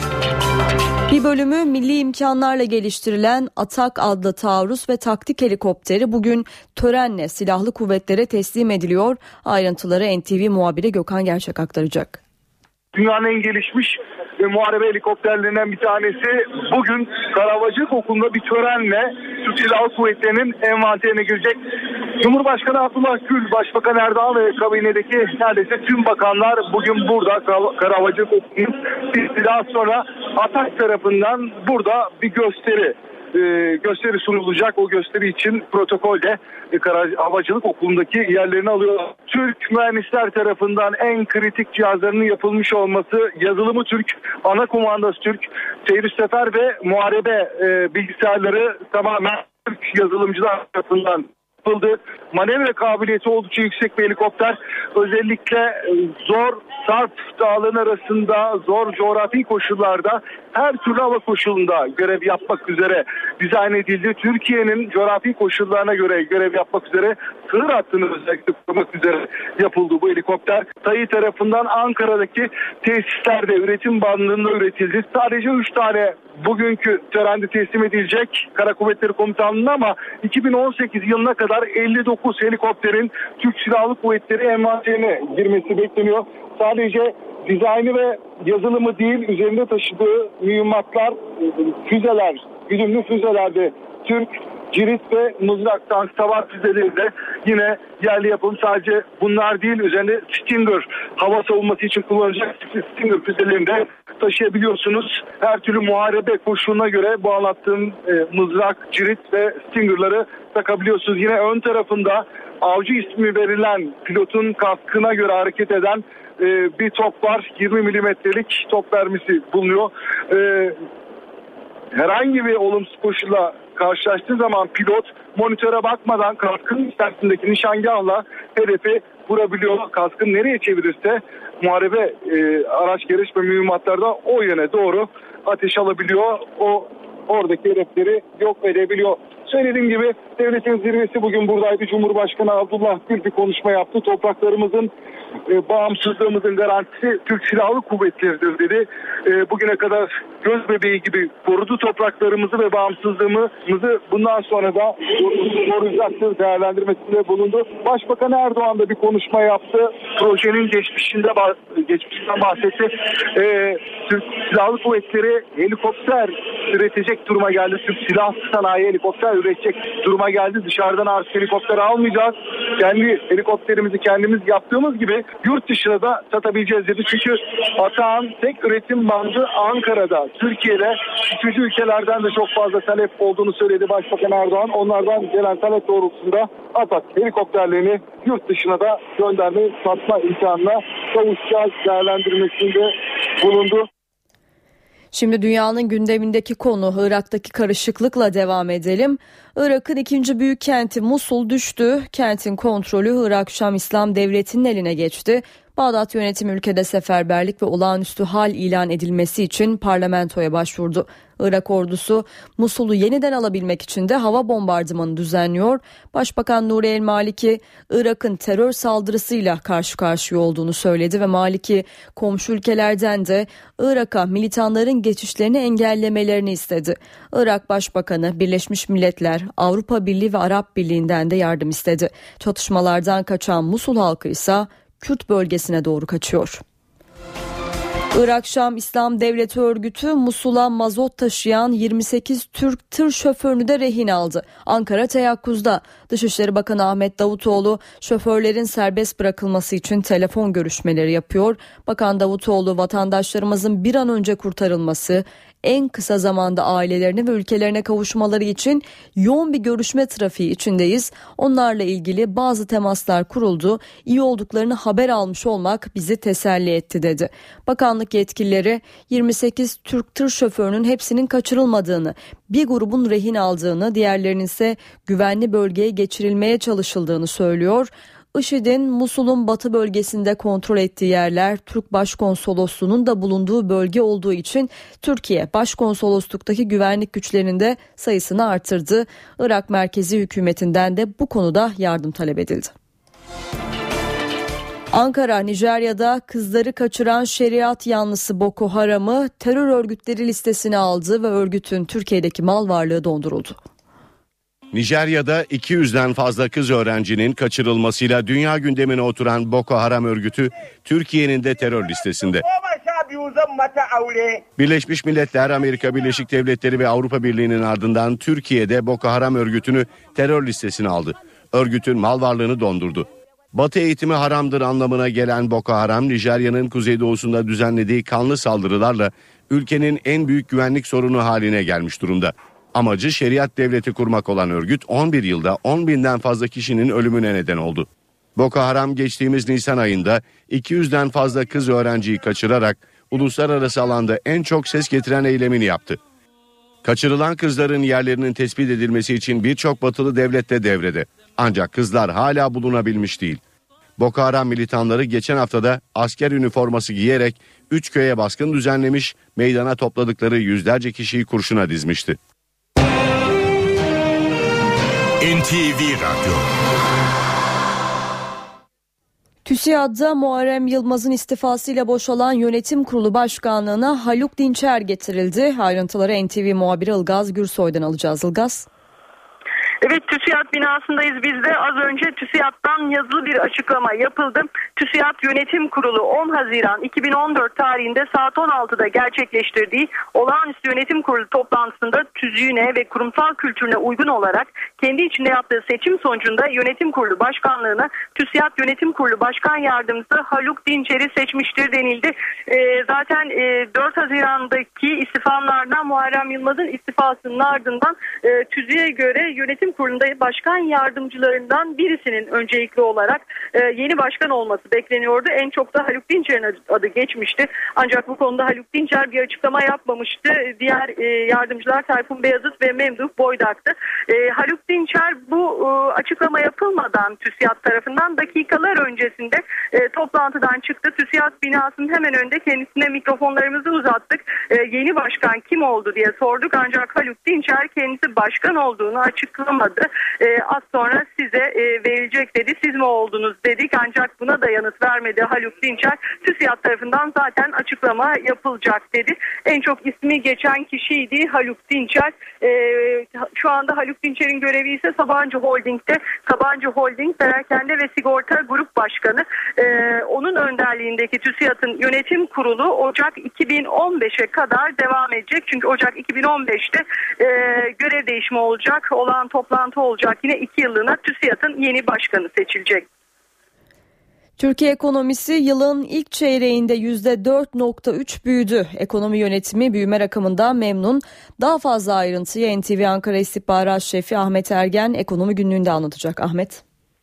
Bir bölümü milli imkanlarla geliştirilen Atak adlı taarruz ve taktik helikopteri bugün törenle silahlı kuvvetlere teslim ediliyor. Ayrıntıları NTV muhabiri Gökhan Gerçek aktaracak. Dünyanın en gelişmiş muharebe helikopterlerinden bir tanesi bugün Karavacık Okulu'nda bir törenle Türk Silahlı Kuvvetleri'nin envanterine girecek. Cumhurbaşkanı Abdullah Gül, Başbakan Erdoğan ve kabinedeki neredeyse tüm bakanlar bugün burada Karavacık Okulu'nun daha sonra Atak tarafından burada bir gösteri sunulacak. O gösteri için protokolde Havacılık Okulu'ndaki yerlerini alıyor. Türk mühendisler tarafından en kritik cihazlarının yapılmış olması, yazılımı Türk, ana kumandası Türk, seyir sefer ve muharebe bilgisayarları tamamen Türk yazılımcılar tarafından yapıldı. Manevra kabiliyeti oldukça yüksek bir helikopter. Özellikle zor Sarp Dağı'nın arasında zor coğrafi koşullarda her türlü hava koşulunda görev yapmak üzere dizayn edildi. Türkiye'nin coğrafi koşullarına göre görev yapmak üzere sınır hattını özellikle kurmak üzere yapıldı bu helikopter. TAİ tarafından Ankara'daki tesislerde üretim bandında üretildi. Sadece 3 tane bugünkü törende teslim edilecek Kara Kuvvetleri Komutanlığı'na ama 2018 yılına kadar 59 helikopterin Türk Silahlı Kuvvetleri envanterine girmesi bekleniyor. Sadece dizaynı ve yazılımı değil, üzerinde taşıdığı mühimmatlar, füzeler, güdümlü füzelerde Türk, Cirit ve Mızrak tank savar füzeleri de yine yerli yapım. Sadece bunlar değil, üzerinde Stinger hava savunması için kullanılacak Stinger füzelerini de taşıyabiliyorsunuz. Her türlü muharebe koşuluna göre bu anlattığım Mızrak, Cirit ve Stinger'ları takabiliyorsunuz. Yine ön tarafında Avcı ismi verilen pilotun kaskına göre hareket eden bir top var. 20 milimetrelik top mermisi bulunuyor. Herhangi bir olumsuz koşulla karşılaştığı zaman pilot monitöre bakmadan kaskın içerisindeki nişangahla hedefi vurabiliyor. Kaskın nereye çevirirse muharebe araç gereç ve mühimmatlarda o yöne doğru ateş alabiliyor. O oradaki hedefleri yok edebiliyor. Söylediğim gibi devletin zirvesi bugün buradaydı. Cumhurbaşkanı Abdullah Gül bir konuşma yaptı. Topraklarımızın bağımsızlığımızın garantisi Türk Silahlı Kuvvetleri'dir dedi. Bugüne kadar göz bebeği gibi korudu topraklarımızı ve bağımsızlığımızı, bundan sonra da koruyacaktır değerlendirmesinde bulundu. Başbakan Erdoğan da bir konuşma yaptı. Projenin geçmişinden bahsetti. Türk Silahlı Kuvvetleri helikopter üretecek duruma geldi. Türk Silah Sanayi helikopter üretecek duruma geldi. Dışarıdan artık helikopter almayacağız. Kendi helikopterimizi kendimiz yaptığımız gibi yurt dışına da satabileceğiz dedi. Çünkü Atak'ın tek üretim bandı Ankara'da. Türkiye'de üçüncü ülkelerden de çok fazla talep olduğunu söyledi Başbakan Erdoğan. Onlardan gelen talep doğrultusunda Atak helikopterlerini yurt dışına da gönderme, satma imkanına kavuşacağız değerlendirmesinde bulundu. Şimdi dünyanın gündemindeki konu Irak'taki karışıklıkla devam edelim. Irak'ın ikinci büyük kenti Musul düştü. Kentin kontrolü Irak Şam İslam Devleti'nin eline geçti. Bağdat yönetimi ülkede seferberlik ve olağanüstü hal ilan edilmesi için parlamentoya başvurdu. Irak ordusu Musul'u yeniden alabilmek için de hava bombardımanı düzenliyor. Başbakan Nuri El Maliki, Irak'ın terör saldırısıyla karşı karşıya olduğunu söyledi ve Maliki komşu ülkelerden de Irak'a militanların geçişlerini engellemelerini istedi. Irak Başbakanı Birleşmiş Milletler, Avrupa Birliği ve Arap Birliği'nden de yardım istedi. Çatışmalardan kaçan Musul halkı ise Kürt bölgesine doğru kaçıyor. Irak Şam İslam Devleti örgütü Musul'a mazot taşıyan 28 Türk tır şoförünü de rehin aldı. Ankara teyakkuzda. Dışişleri Bakanı Ahmet Davutoğlu şoförlerin serbest bırakılması için telefon görüşmeleri yapıyor. Bakan Davutoğlu vatandaşlarımızın bir an önce kurtarılması, en kısa zamanda ailelerine ve ülkelerine kavuşmaları için yoğun bir görüşme trafiği içindeyiz. Onlarla ilgili bazı temaslar kuruldu. İyi olduklarını haber almış olmak bizi teselli etti dedi. Bakanlık yetkilileri 28 Türk tır şoförünün hepsinin kaçırılmadığını, bir grubun rehin aldığını, diğerlerinin ise güvenli bölgeye geçirilmeye çalışıldığını söylüyor. IŞİD'in Musul'un batı bölgesinde kontrol ettiği yerler Türk Başkonsolosluğu'nun da bulunduğu bölge olduğu için Türkiye Başkonsolosluktaki güvenlik güçlerinin de sayısını artırdı. Irak merkezi hükümetinden de bu konuda yardım talep edildi. Ankara, Nijerya'da kızları kaçıran şeriat yanlısı Boko Haram'ı terör örgütleri listesine aldı ve örgütün Türkiye'deki mal varlığı donduruldu. Nijerya'da 200'den fazla kız öğrencinin kaçırılmasıyla dünya gündemine oturan Boko Haram örgütü Türkiye'nin de terör listesinde. Birleşmiş Milletler, Amerika Birleşik Devletleri ve Avrupa Birliği'nin ardından Türkiye'de Boko Haram örgütünü terör listesine aldı. Örgütün mal varlığını dondurdu. Batı eğitimi haramdır anlamına gelen Boko Haram, Nijerya'nın kuzeydoğusunda düzenlediği kanlı saldırılarla ülkenin en büyük güvenlik sorunu haline gelmiş durumda. Amacı şeriat devleti kurmak olan örgüt 11 yılda 10 binden fazla kişinin ölümüne neden oldu. Boko Haram geçtiğimiz Nisan ayında 200'den fazla kız öğrenciyi kaçırarak uluslararası alanda en çok ses getiren eylemini yaptı. Kaçırılan kızların yerlerinin tespit edilmesi için birçok batılı devlet de devrede. Ancak kızlar hala bulunabilmiş değil. Boko Haram militanları geçen haftada asker üniforması giyerek 3 köye baskın düzenlemiş, meydana topladıkları yüzlerce kişiyi kurşuna dizmişti. NTV Radyo. TÜSİAD'da Muharrem Yılmaz'ın istifasıyla boşalan yönetim kurulu başkanlığına Haluk Dinçer getirildi. Ayrıntıları NTV muhabiri Ilgaz Gürsoy'dan alacağız. Ilgaz. Evet, TÜSİAD binasındayız biz de. Az önce TÜSİAD'dan yazılı bir açıklama yapıldı. TÜSİAD Yönetim Kurulu 10 Haziran 2014 tarihinde saat 16'da gerçekleştirdiği olağanüstü yönetim kurulu toplantısında tüzüğüne ve kurumsal kültürüne uygun olarak kendi içinde yaptığı seçim sonucunda yönetim kurulu başkanlığına TÜSİAD Yönetim Kurulu Başkan Yardımcısı Haluk Dinçer'i seçmiştir denildi. Zaten 4 Haziran'daki istifalardan Muharrem Yılmaz'ın istifasının ardından tüzüğe göre yönetim kurulunda başkan yardımcılarından birisinin öncelikli olarak yeni başkan olması bekleniyordu. En çok da Haluk Dinçer'in adı geçmişti. Ancak bu konuda Haluk Dinçer bir açıklama yapmamıştı. Diğer yardımcılar Tayfun Beyazıt ve Memduh Boydak'tı. Haluk Dinçer bu açıklama yapılmadan TÜSİAD tarafından dakikalar öncesinde toplantıdan çıktı. TÜSİAD binasının hemen önünde kendisine mikrofonlarımızı uzattık. Yeni başkan kim oldu diye sorduk. Ancak Haluk Dinçer kendisi başkan olduğunu açıklamadı. Az sonra size verilecek dedi. Siz mi oldunuz dedik. Ancak buna da yanıt vermedi Haluk Dinçer. TÜSİAD tarafından zaten açıklama yapılacak dedi. En çok ismi geçen kişiydi Haluk Dinçer. Şu anda Haluk Dinçer'in görevi ise Sabancı Holding'de. Sabancı Holding perakende ve sigorta grup başkanı. Onun önderliğindeki TÜSİAD'ın yönetim kurulu Ocak 2015'e kadar devam edecek. Çünkü Ocak 2015'te görev değişimi olacak. Olan toplantı olacak. Yine 2 yıllığına TÜSİAD'ın yeni başkanı seçilecek. Türkiye ekonomisi yılın ilk çeyreğinde %4.3 büyüdü. Ekonomi yönetimi büyüme rakamından memnun. Daha fazla ayrıntıyı NTV Ankara İstihbarat Şefi Ahmet Ergen ekonomi günlüğünde anlatacak. Ahmet.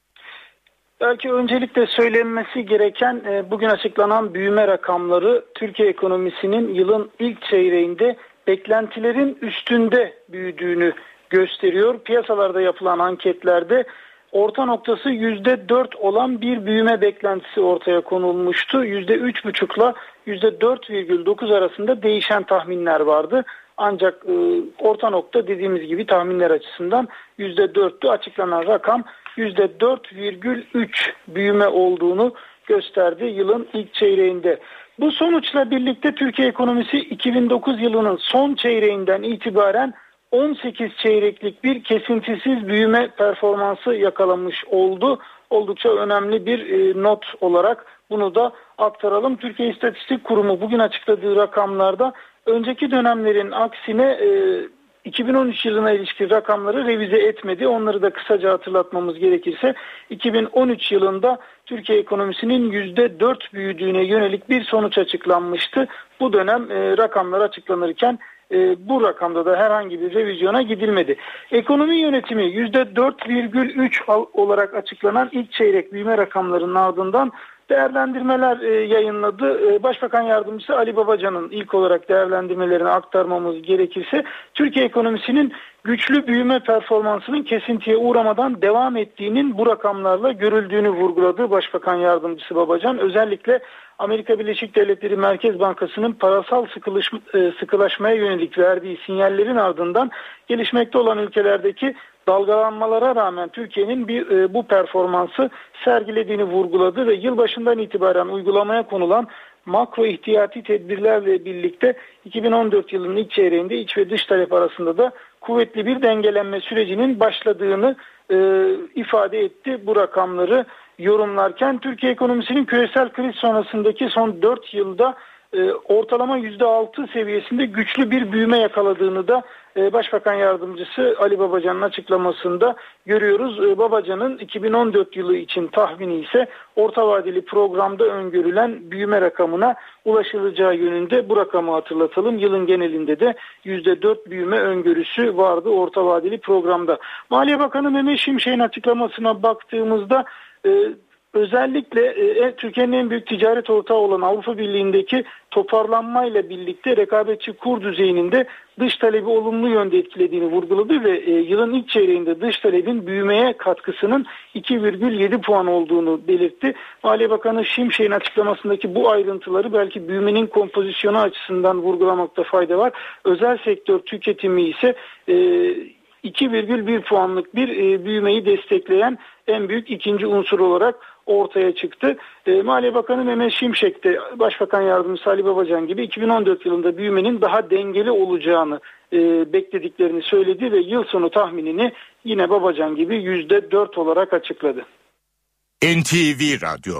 Belki öncelikle söylenmesi gereken bugün açıklanan büyüme rakamları Türkiye ekonomisinin yılın ilk çeyreğinde beklentilerin üstünde büyüdüğünü gösteriyor. Piyasalarda yapılan anketlerde orta noktası %4 olan bir büyüme beklentisi ortaya konulmuştu. %3,5 ile %4,9 arasında değişen tahminler vardı. Ancak orta nokta dediğimiz gibi tahminler açısından %4'tü. Açıklanan rakam %4,3 büyüme olduğunu gösterdi yılın ilk çeyreğinde. Bu sonuçla birlikte Türkiye ekonomisi 2009 yılının son çeyreğinden itibaren 18 çeyreklik bir kesintisiz büyüme performansı yakalamış oldu. Oldukça önemli bir not olarak bunu da aktaralım. Türkiye İstatistik Kurumu bugün açıkladığı rakamlarda önceki dönemlerin aksine 2013 yılına ilişkin rakamları revize etmedi. Onları da kısaca hatırlatmamız gerekirse 2013 yılında Türkiye ekonomisinin %4 büyüdüğüne yönelik bir sonuç açıklanmıştı. Bu dönem rakamlar açıklanırken bu rakamda da herhangi bir revizyona gidilmedi. Ekonomi yönetimi %4,3 olarak açıklanan ilk çeyrek büyüme rakamlarının ardından değerlendirmeler yayınladı. Başbakan Yardımcısı Ali Babacan'ın ilk olarak değerlendirmelerini aktarmamız gerekirse Türkiye ekonomisinin güçlü büyüme performansının kesintiye uğramadan devam ettiğinin bu rakamlarla görüldüğünü vurguladı Başbakan Yardımcısı Babacan. Özellikle Amerika Birleşik Devletleri Merkez Bankası'nın parasal sıkılaşmaya yönelik verdiği sinyallerin ardından gelişmekte olan ülkelerdeki dalgalanmalara rağmen Türkiye'nin bu performansı sergilediğini vurguladı ve yılbaşından itibaren uygulamaya konulan makro ihtiyati tedbirlerle birlikte 2014 yılının ilk çeyreğinde iç ve dış talep arasında da kuvvetli bir dengelenme sürecinin başladığını ifade etti. Bu rakamları yorumlarken Türkiye ekonomisinin küresel kriz sonrasındaki son 4 yılda ortalama %6 seviyesinde güçlü bir büyüme yakaladığını da Başbakan Yardımcısı Ali Babacan'ın açıklamasında görüyoruz. Babacan'ın 2014 yılı için tahmini ise orta vadeli programda öngörülen büyüme rakamına ulaşılacağı yönünde. Bu rakamı hatırlatalım. Yılın genelinde de %4 büyüme öngörüsü vardı orta vadeli programda. Maliye Bakanı Mehmet Şimşek'in açıklamasına baktığımızda özellikle Türkiye'nin en büyük ticaret ortağı olan Avrupa Birliği'ndeki toparlanmayla birlikte rekabetçi kur düzeyinin de dış talebi olumlu yönde etkilediğini vurguladı ve yılın ilk çeyreğinde dış talebin büyümeye katkısının 2,7 puan olduğunu belirtti. Maliye Bakanı Şimşek'in açıklamasındaki bu ayrıntıları belki büyümenin kompozisyonu açısından vurgulamakta fayda var. Özel sektör tüketimi ise 2,1 puanlık bir büyümeyi destekleyen en büyük ikinci unsur olarak ortaya çıktı. Maliye Bakanı Mehmet Şimşek de Başbakan Yardımcısı Ali Babacan gibi 2014 yılında büyümenin daha dengeli olacağını beklediklerini söyledi ve yıl sonu tahminini yine Babacan gibi %4 olarak açıkladı. NTV Radyo.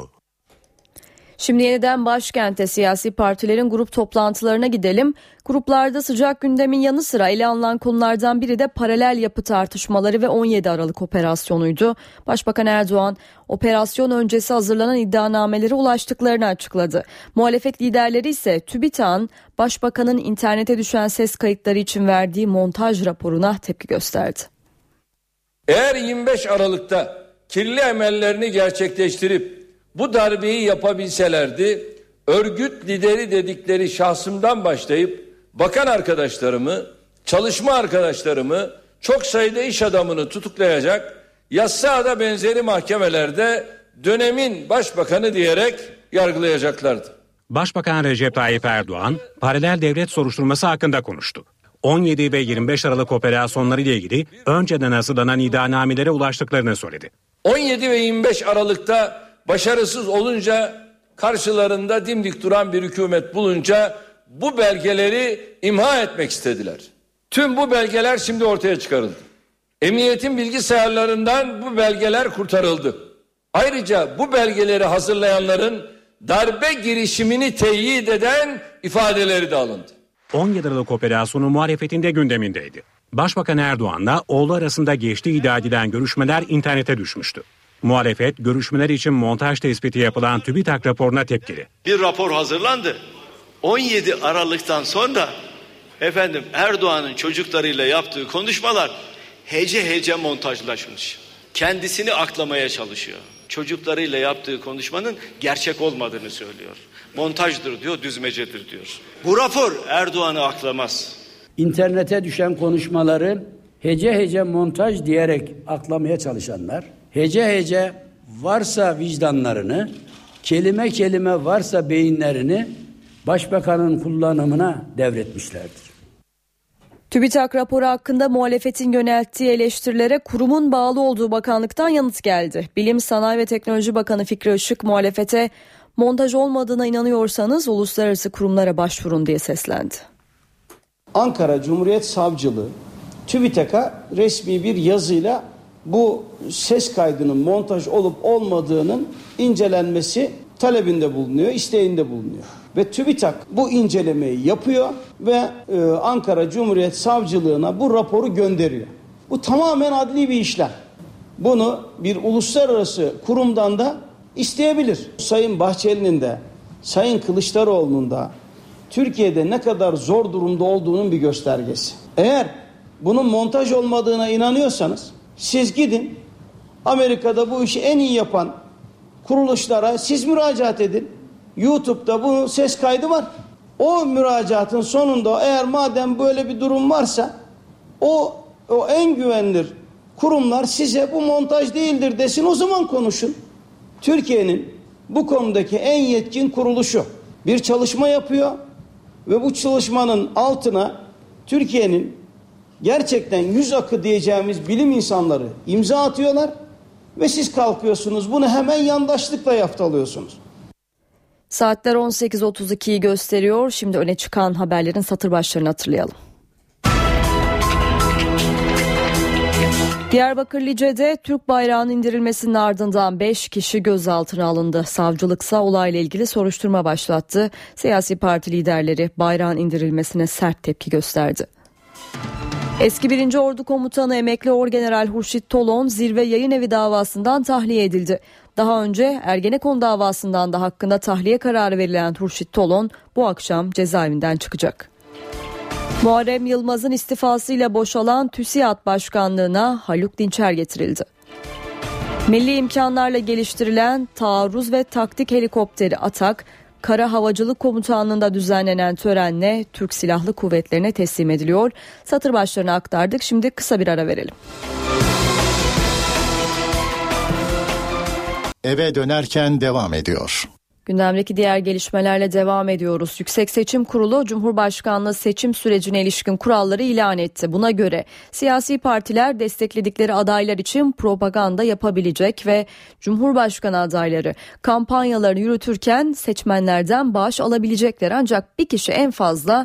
Şimdi yeniden başkente siyasi partilerin grup toplantılarına gidelim. Gruplarda sıcak gündemin yanı sıra ele alınan konulardan biri de paralel yapı tartışmaları ve 17 Aralık operasyonuydu. Başbakan Erdoğan operasyon öncesi hazırlanan iddianamelere ulaştıklarını açıkladı. Muhalefet liderleri ise TÜBİTAK'ın Başbakan'ın internete düşen ses kayıtları için verdiği montaj raporuna tepki gösterdi. Eğer 25 Aralık'ta kirli emellerini gerçekleştirip bu darbeyi yapabilselerdi, örgüt lideri dedikleri şahsımdan başlayıp bakan arkadaşlarımı, çalışma arkadaşlarımı, çok sayıda iş adamını tutuklayacak, yassıada benzeri mahkemelerde dönemin başbakanı diyerek yargılayacaklardı. Başbakan Recep Tayyip Erdoğan, paralel devlet soruşturması hakkında konuştu. 17 ve 25 Aralık operasyonları ile ilgili önceden hazırlanan iddianamelere ulaştıklarını söyledi. 17 ve 25 Aralık'ta başarısız olunca, karşılarında dimdik duran bir hükümet bulunca bu belgeleri imha etmek istediler. Tüm bu belgeler şimdi ortaya çıkarıldı. Emniyetin bilgisayarlarından bu belgeler kurtarıldı. Ayrıca bu belgeleri hazırlayanların darbe girişimini teyit eden ifadeleri de alındı. 17 Aralık operasyonu muhalefetin de gündemindeydi. Başbakan Erdoğan'la oğlu arasında geçtiği iddia edilen görüşmeler internete düşmüştü. Muhalefet görüşmeler için montaj tespiti yapılan TÜBİTAK raporuna tepkili. Bir rapor hazırlandı. 17 Aralık'tan sonra Erdoğan'ın çocuklarıyla yaptığı konuşmalar hece hece montajlaşmış. Kendisini aklamaya çalışıyor. Çocuklarıyla yaptığı konuşmanın gerçek olmadığını söylüyor. Montajdır diyor, düzmecedir diyor. Bu rapor Erdoğan'ı aklamaz. İnternete düşen konuşmaları hece hece montaj diyerek aklamaya çalışanlar hece hece varsa vicdanlarını, kelime kelime varsa beyinlerini başbakanın kullanımına devretmişlerdir. TÜBİTAK raporu hakkında muhalefetin yönelttiği eleştirilere kurumun bağlı olduğu bakanlıktan yanıt geldi. Bilim, Sanayi ve Teknoloji Bakanı Fikri Işık muhalefete montaj olmadığına inanıyorsanız uluslararası kurumlara başvurun diye seslendi. Ankara Cumhuriyet Savcılığı TÜBİTAK'a resmi bir yazıyla bu ses kaydının montaj olup olmadığının incelenmesi talebinde bulunuyor, isteğinde bulunuyor. Ve TÜBİTAK bu incelemeyi yapıyor ve Ankara Cumhuriyet Savcılığına bu raporu gönderiyor. Bu tamamen adli bir işlem. Bunu bir uluslararası kurumdan da isteyebilir. Sayın Bahçeli'nin de, Sayın Kılıçdaroğlu'nun da Türkiye'de ne kadar zor durumda olduğunun bir göstergesi. Eğer bunun montaj olmadığına inanıyorsanız siz gidin Amerika'da bu işi en iyi yapan kuruluşlara siz müracaat edin. YouTube'da bunun ses kaydı var. O müracaatın sonunda eğer madem böyle bir durum varsa o en güvenilir kurumlar size bu montaj değildir desin, o zaman konuşun. Türkiye'nin bu konudaki en yetkin kuruluşu bir çalışma yapıyor ve bu çalışmanın altına Türkiye'nin gerçekten yüz akı diyeceğimiz bilim insanları imza atıyorlar ve siz kalkıyorsunuz bunu hemen yandaşlıkla yaftalıyorsunuz. Saatler 18.32'yi gösteriyor. Şimdi öne çıkan haberlerin satır başlarını hatırlayalım. Diyarbakır Lice'de Türk bayrağının indirilmesinin ardından 5 kişi gözaltına alındı. Savcılıksa olayla ilgili soruşturma başlattı. Siyasi parti liderleri bayrağın indirilmesine sert tepki gösterdi. Eski 1. Ordu Komutanı Emekli Orgeneral Hurşit Tolon zirve yayın evi davasından tahliye edildi. Daha önce Ergenekon davasından da hakkında tahliye kararı verilen Hurşit Tolon bu akşam cezaevinden çıkacak. Muharrem Yılmaz'ın istifasıyla boşalan TÜSİAD Başkanlığı'na Haluk Dinçer getirildi. Milli imkanlarla geliştirilen taarruz ve taktik helikopteri Atak, Kara Havacılık Komutanlığı'nda düzenlenen törenle Türk Silahlı Kuvvetleri'ne teslim ediliyor. Satır başlarını aktardık. Şimdi kısa bir ara verelim. Eve dönerken devam ediyor. Gündemdeki diğer gelişmelerle devam ediyoruz. Yüksek Seçim Kurulu Cumhurbaşkanlığı seçim sürecine ilişkin kuralları ilan etti. Buna göre siyasi partiler destekledikleri adaylar için propaganda yapabilecek ve Cumhurbaşkanı adayları kampanyalarını yürütürken seçmenlerden bağış alabilecekler. Ancak bir kişi en fazla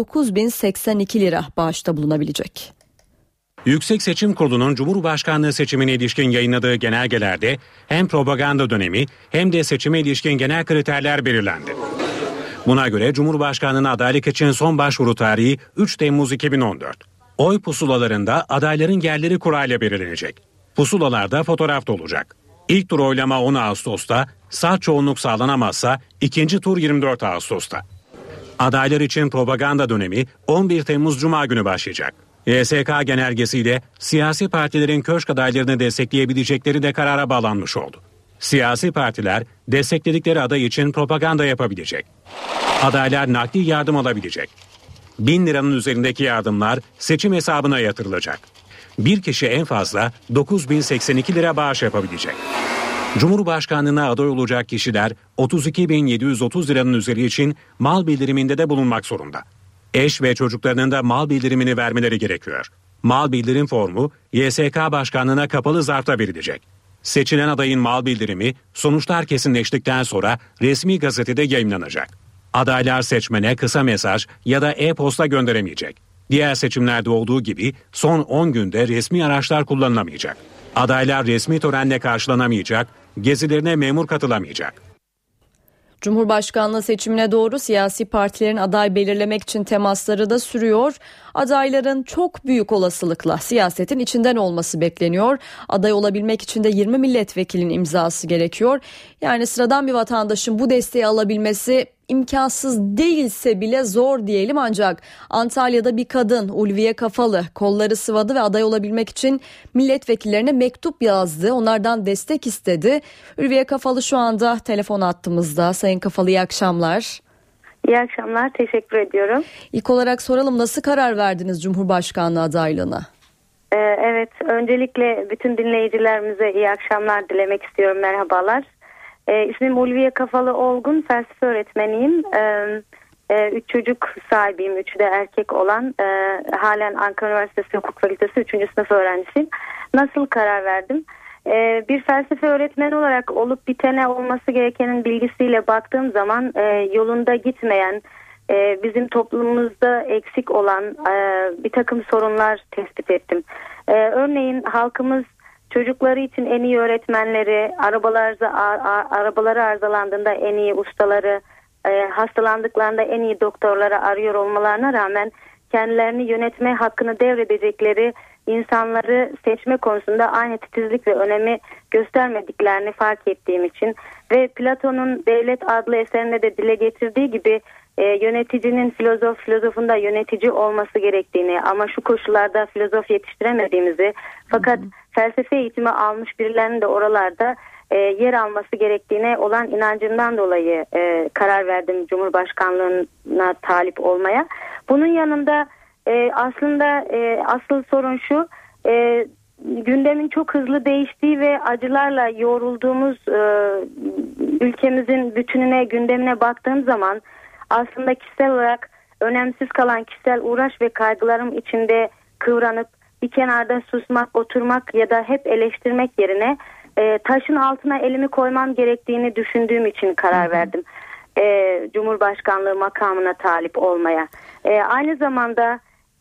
9.082 lira bağışta bulunabilecek. Yüksek Seçim Kurulu'nun Cumhurbaşkanlığı seçimine ilişkin yayınladığı genelgelerde hem propaganda dönemi hem de seçime ilişkin genel kriterler belirlendi. Buna göre Cumhurbaşkanlığına adaylık için son başvuru tarihi 3 Temmuz 2014. Oy pusulalarında adayların yerleri kurayla belirlenecek. Pusulalarda fotoğraf da olacak. İlk tur oylama 10 Ağustos'ta, salt çoğunluk sağlanamazsa ikinci tur 24 Ağustos'ta. Adaylar için propaganda dönemi 11 Temmuz Cuma günü başlayacak. YSK genelgesiyle siyasi partilerin köşk adaylarını destekleyebilecekleri de karara bağlanmış oldu. Siyasi partiler destekledikleri aday için propaganda yapabilecek. Adaylar nakdi yardım alabilecek. 1.000 liranın üzerindeki yardımlar seçim hesabına yatırılacak. Bir kişi en fazla 9.082 lira bağış yapabilecek. Cumhurbaşkanlığına aday olacak kişiler 32.730 liranın üzeri için mal bildiriminde de bulunmak zorunda. Eş ve çocuklarının da mal bildirimini vermeleri gerekiyor. Mal bildirim formu YSK Başkanlığına kapalı zarfta verilecek. Seçilen adayın mal bildirimi sonuçlar kesinleştikten sonra resmi gazetede yayımlanacak. Adaylar seçmene kısa mesaj ya da e-posta gönderemeyecek. Diğer seçimlerde olduğu gibi son 10 günde resmi araçlar kullanılamayacak. Adaylar resmi törenle karşılanamayacak, gezilerine memur katılamayacak. Cumhurbaşkanlığı seçimine doğru siyasi partilerin aday belirlemek için temasları da sürüyor. Adayların çok büyük olasılıkla siyasetin içinden olması bekleniyor. Aday olabilmek için de 20 milletvekilinin imzası gerekiyor. Yani sıradan bir vatandaşın bu desteği alabilmesi imkansız değilse bile zor diyelim, ancak Antalya'da bir kadın Ulviye Kafalı kolları sıvadı ve aday olabilmek için milletvekillerine mektup yazdı. Onlardan destek istedi. Ulviye Kafalı şu anda telefon hattımızda. Sayın Kafalı, iyi akşamlar. İyi akşamlar, teşekkür ediyorum. İlk olarak soralım, nasıl karar verdiniz Cumhurbaşkanlığı adaylığına? Evet, öncelikle bütün dinleyicilerimize iyi akşamlar dilemek istiyorum. Merhabalar. İsmim Ulviye Kafalı Olgun, felsefe öğretmeniyim. 3 çocuk sahibiyim, 3'ü de erkek olan. Halen Ankara Üniversitesi Hukuk Fakültesi 3. sınıf öğrencisiyim. Nasıl karar verdim? Bir felsefe öğretmeni olarak olup bitene olması gerekenin bilgisiyle baktığım zaman yolunda gitmeyen, bizim toplumumuzda eksik olan bir takım sorunlar tespit ettim. Örneğin halkımız çocukları için en iyi öğretmenleri, arabaları arızalandığında en iyi ustaları, hastalandıklarında en iyi doktorları arıyor olmalarına rağmen kendilerini yönetme hakkını devredecekleri insanları seçme konusunda aynı titizlik ve önemi göstermediklerini fark ettiğim için ve Platon'un Devlet adlı eserinde de dile getirdiği gibi yöneticinin filozofun da yönetici olması gerektiğini ama şu koşullarda filozof yetiştiremediğimizi fakat felsefe eğitimi almış birilerinin de oralarda yer alması gerektiğine olan inancımdan dolayı karar verdim Cumhurbaşkanlığına talip olmaya. Bunun yanında aslında asıl sorun şu, gündemin çok hızlı değiştiği ve acılarla yoğrulduğumuz ülkemizin bütününe, gündemine baktığım zaman aslında kişisel olarak önemsiz kalan kişisel uğraş ve kaygılarım içinde kıvranıp bir kenarda susmak, oturmak ya da hep eleştirmek yerine taşın altına elimi koymam gerektiğini düşündüğüm için karar verdim. Cumhurbaşkanlığı makamına talip olmaya. Aynı zamanda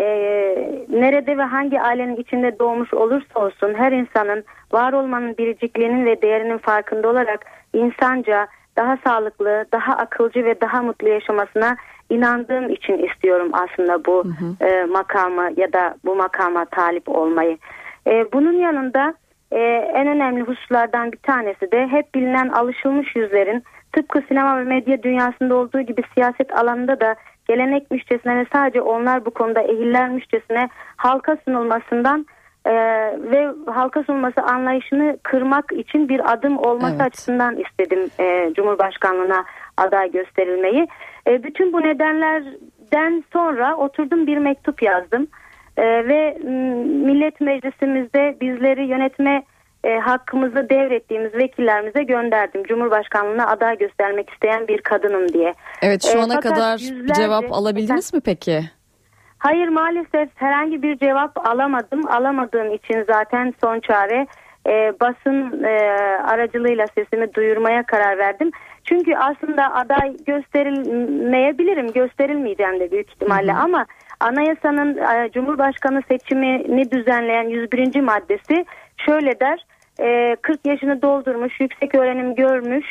nerede ve hangi ailenin içinde doğmuş olursa olsun her insanın var olmanın biricikliğinin ve değerinin farkında olarak insanca, daha sağlıklı, daha akılcı ve daha mutlu yaşamasına inandığım için istiyorum aslında bu makamı ya da bu makama talip olmayı. Bunun yanında en önemli hususlardan bir tanesi de hep bilinen alışılmış yüzlerin tıpkı sinema ve medya dünyasında olduğu gibi siyaset alanında da gelenekmişçesine ve sadece onlar bu konuda ehillermişçesine halka sunulmasından ve halka sunulması anlayışını kırmak için bir adım olması açısından istedim Cumhurbaşkanlığına aday gösterilmeyi. Bütün bu nedenlerden sonra oturdum bir mektup yazdım ve Millet Meclisimizde bizleri yönetme hakkımızı devrettiğimiz vekillerimize gönderdim. Cumhurbaşkanlığına aday göstermek isteyen bir kadınım diye. Evet, şu ana kadar bir cevap alabildiniz mi peki? Hayır, maalesef herhangi bir cevap alamadım. Alamadığım için zaten son çare basın aracılığıyla sesimi duyurmaya karar verdim. Çünkü aslında aday gösterilmeyebilirim, gösterilmeyeceğim de büyük ihtimalle ama anayasanın Cumhurbaşkanı seçimini düzenleyen 101. maddesi şöyle der: 40 yaşını doldurmuş, yüksek öğrenim görmüş,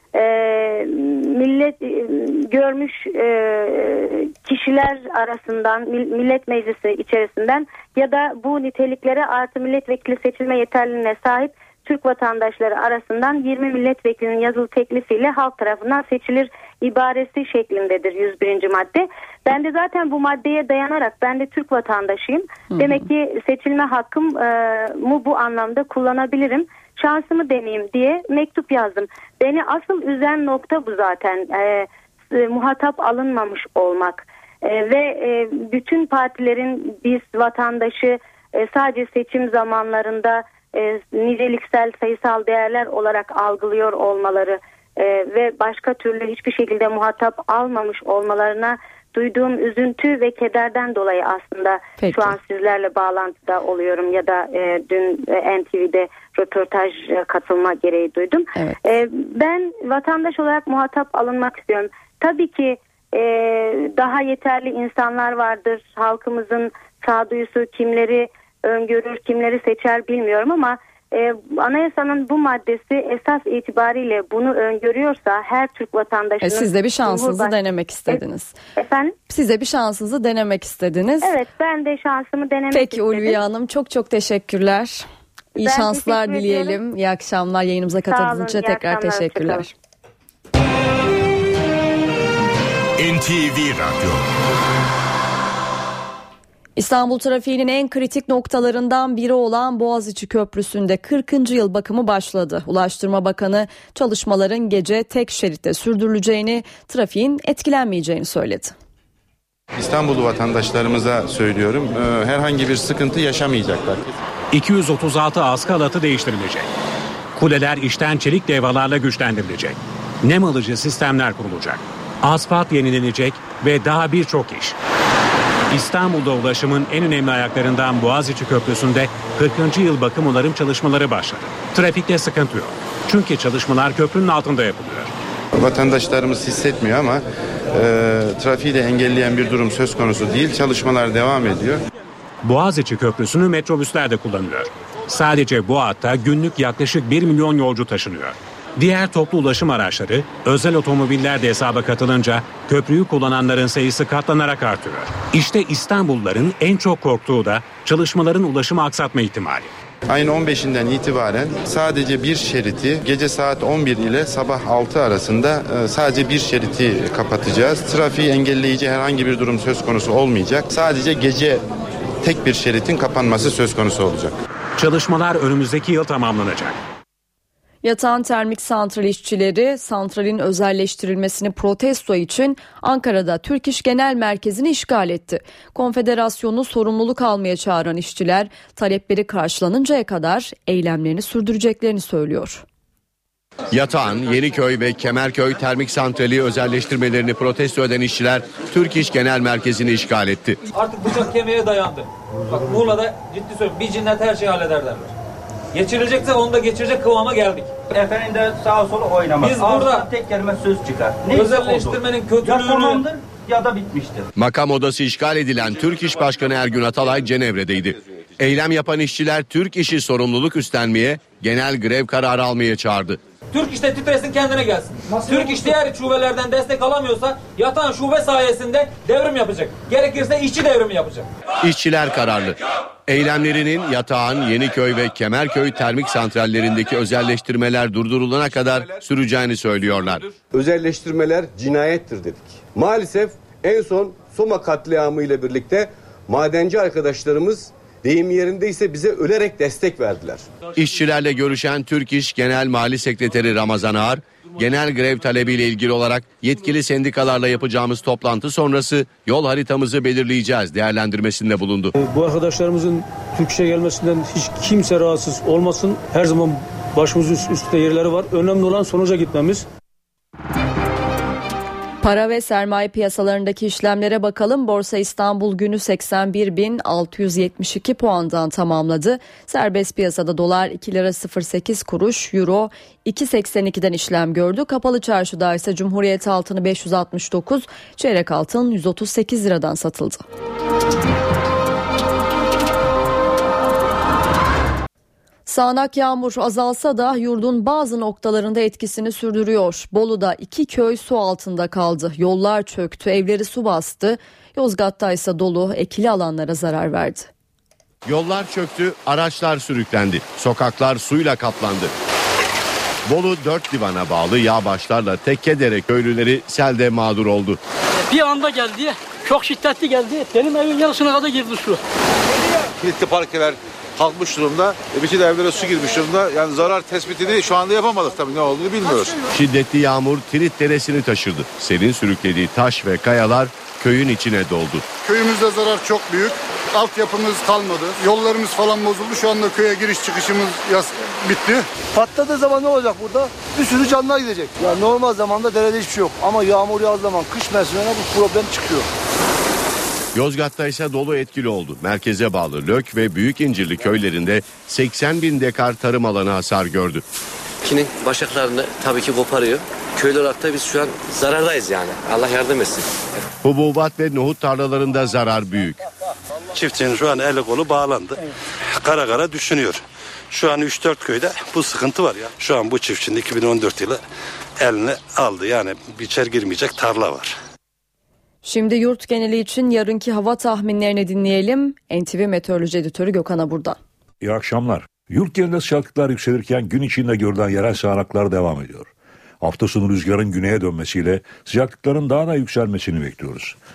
millet görmüş kişiler arasından, Millet Meclisi içerisinden ya da bu niteliklere artı milletvekili seçilme yeterliliğine sahip Türk vatandaşları arasından 20 milletvekilinin yazılı teklifiyle halk tarafından seçilir ibaresi şeklindedir 101. madde. Ben de zaten bu maddeye dayanarak ben de Türk vatandaşıyım. Demek ki seçilme hakkımı bu anlamda kullanabilirim. Şansımı deneyeyim diye mektup yazdım. Beni asıl üzen nokta bu zaten. Muhatap alınmamış olmak. Ve bütün partilerin biz vatandaşı sadece seçim zamanlarında niceliksel sayısal değerler olarak algılıyor olmaları ve başka türlü hiçbir şekilde muhatap almamış olmalarına duyduğum üzüntü ve kederden dolayı aslında şu an sizlerle bağlantıda oluyorum ya da dün NTV'de röportaj katılma gereği duydum. Evet. Ben vatandaş olarak muhatap alınmak istiyorum. Tabii ki daha yeterli insanlar vardır. Halkımızın sağduyusu kimleri öngörür, kimleri seçer bilmiyorum ama anayasanın bu maddesi esas itibariyle bunu öngörüyorsa her Türk vatandaşının... Siz de bir şansınızı denemek istediniz. Efendim? Siz de bir şansınızı denemek istediniz. Evet, ben de şansımı denemek istedim. Peki Ulviye Hanım, çok teşekkürler. İyi şanslar dileyelim. İyi akşamlar. Yayınımıza katıldığınız için tekrar teşekkürler. NTV Radyo. İstanbul trafiğinin en kritik noktalarından biri olan Boğaziçi Köprüsü'nde 40. yıl bakımı başladı. Ulaştırma Bakanı çalışmaların gece tek şeritte sürdürüleceğini, trafiğin etkilenmeyeceğini söyledi. İstanbullu vatandaşlarımıza söylüyorum, herhangi bir sıkıntı yaşamayacaklar. 236 askı halatı değiştirilecek. Kuleler içten çelik levhalarla güçlendirilecek. Nem alıcı sistemler kurulacak. Asfalt yenilenecek ve daha birçok iş. İstanbul'da ulaşımın en önemli ayaklarından Boğaziçi Köprüsü'nde 40. yıl bakım onarım çalışmaları başladı. Trafikte sıkıntı yok. Çünkü çalışmalar köprünün altında yapılıyor. Vatandaşlarımız hissetmiyor ama trafiği de engelleyen bir durum söz konusu değil. Çalışmalar devam ediyor. Boğaziçi Köprüsü'nü metrobüsler de kullanıyor. Sadece bu hatta günlük yaklaşık 1 milyon yolcu taşınıyor. Diğer toplu ulaşım araçları, özel otomobiller de hesaba katılınca köprüyü kullananların sayısı katlanarak artıyor. İşte İstanbulluların en çok korktuğu da çalışmaların ulaşımı aksatma ihtimali. Ayın 15'inden itibaren sadece bir şeriti gece saat 11 ile sabah 6 arasında sadece bir şeriti kapatacağız. Trafiği engelleyici herhangi bir durum söz konusu olmayacak. Sadece gece tek bir şeritin kapanması söz konusu olacak. Çalışmalar önümüzdeki yıl tamamlanacak. Yatan Termik Santral işçileri santralin özelleştirilmesini protesto için Ankara'da Türk İş Genel Merkezi'ni işgal etti. Konfederasyonu sorumluluk almaya çağıran işçiler talepleri karşılanıncaya kadar eylemlerini sürdüreceklerini söylüyor. Yatağan, Yeniköy ve Kemerköy termik santrali özelleştirmelerini protesto eden işçiler Türk İş Genel Merkezi'ni işgal etti. Artık bıçak kemiğe dayandı. Bak Muğla'da ciddi söylüyorum bir cinnet her şeyi hallederler. Geçirilecekse onu da geçirecek kıvama geldik. Efendim de sağa sola oynamaz. Biz burada tek kelime söz çıkar. Özelleştirmenin kötülüğünü ya tamamdır ya da bitmiştir. Makam odası işgal edilen Türk İş Başkanı Ergün Atalay Cenevre'deydi. Eylem yapan işçiler Türk İş'i sorumluluk üstlenmeye, genel grev kararı almaya çağırdı. Türk İş'te titresin kendine gelsin. Türk İş diğer şubelerden destek alamıyorsa yatan şube sayesinde devrim yapacak. Gerekirse işçi devrimi yapacak. İşçiler kararlı. Eylemlerinin Yatağan, Yeniköy ve Kemerköy termik santrallerindeki özelleştirmeler durdurulana kadar süreceğini söylüyorlar. Özelleştirmeler cinayettir dedik. Maalesef en son Soma katliamı ile birlikte madenci arkadaşlarımız deyim yerindeyse bize ölerek destek verdiler. İşçilerle görüşen Türk İş Genel Mali Sekreteri Ramazan Ağar, genel grev talebiyle ilgili olarak yetkili sendikalarla yapacağımız toplantı sonrası yol haritamızı belirleyeceğiz değerlendirmesinde bulundu. Bu arkadaşlarımızın Türk İş'e gelmesinden hiç kimse rahatsız olmasın. Her zaman başımızın üstte yerleri var. Önemli olan sonuca gitmemiz. Para ve sermaye piyasalarındaki işlemlere bakalım. Borsa İstanbul günü 81.672 puandan tamamladı. Serbest piyasada dolar 2 lira 08 kuruş, euro 2.82'den işlem gördü. Kapalı çarşıda ise Cumhuriyet altını 569, çeyrek altın 138 liradan satıldı. Sağanak yağmur azalsa da yurdun bazı noktalarında etkisini sürdürüyor. Bolu'da 2 köy su altında kaldı. Yollar çöktü, evleri su bastı. Yozgat'ta ise dolu ekili alanlara zarar verdi. Yollar çöktü, araçlar sürüklendi. Sokaklar suyla kaplandı. Bolu 4 divana bağlı Yağbaşlar'la Tekkedere köylüleri selde mağdur oldu. Bir anda geldi, çok şiddetli geldi. Benim evin yarısına kadar girdi su. Kilitli parkeler kalkmış durumda. Bütün evlere su girmiş durumda. Yani zarar tespitini şu anda yapamadık tabii, ne olduğunu bilmiyoruz. Şiddetli yağmur Tirit Deresi'ni taşırdı. Selin sürüklediği taş ve kayalar köyün içine doldu. Köyümüzde zarar çok büyük. Altyapımız kalmadı. Yollarımız falan bozuldu. Şu anda köye giriş çıkışımız bitti. Patladığı zaman ne olacak burada? Bir sürü canlar gidecek. Ya normal zamanda derede hiçbir şey yok. Ama yağmur yağdığı zaman kış mevsimine bu problem çıkıyor. Yozgat'ta ise dolu etkili oldu. Merkeze bağlı Lök ve Büyükincirli köylerinde 80 bin dekar tarım alanı hasar gördü. Kinin başaklarını tabii ki koparıyor. Köylü olarak da biz şu an zarardayız yani. Allah yardım etsin. Hububat ve nohut tarlalarında zarar büyük. Çiftçinin şu an eli kolu bağlandı. Kara kara düşünüyor. Şu an 3-4 köyde bu sıkıntı var ya. Şu an bu çiftçinin 2014 yılı eline aldı. Yani biçer girmeyecek tarla var. Şimdi yurt geneli için yarınki hava tahminlerini dinleyelim. NTV Meteoroloji Editörü Gökhan Abur'dan. İyi akşamlar. Yurt genelinde sıcaklıklar yükselirken gün içinde görülen yerel sağanaklar devam ediyor. Hafta sonu rüzgarın güneye dönmesiyle sıcaklıkların daha da yükselmesini bekliyoruz.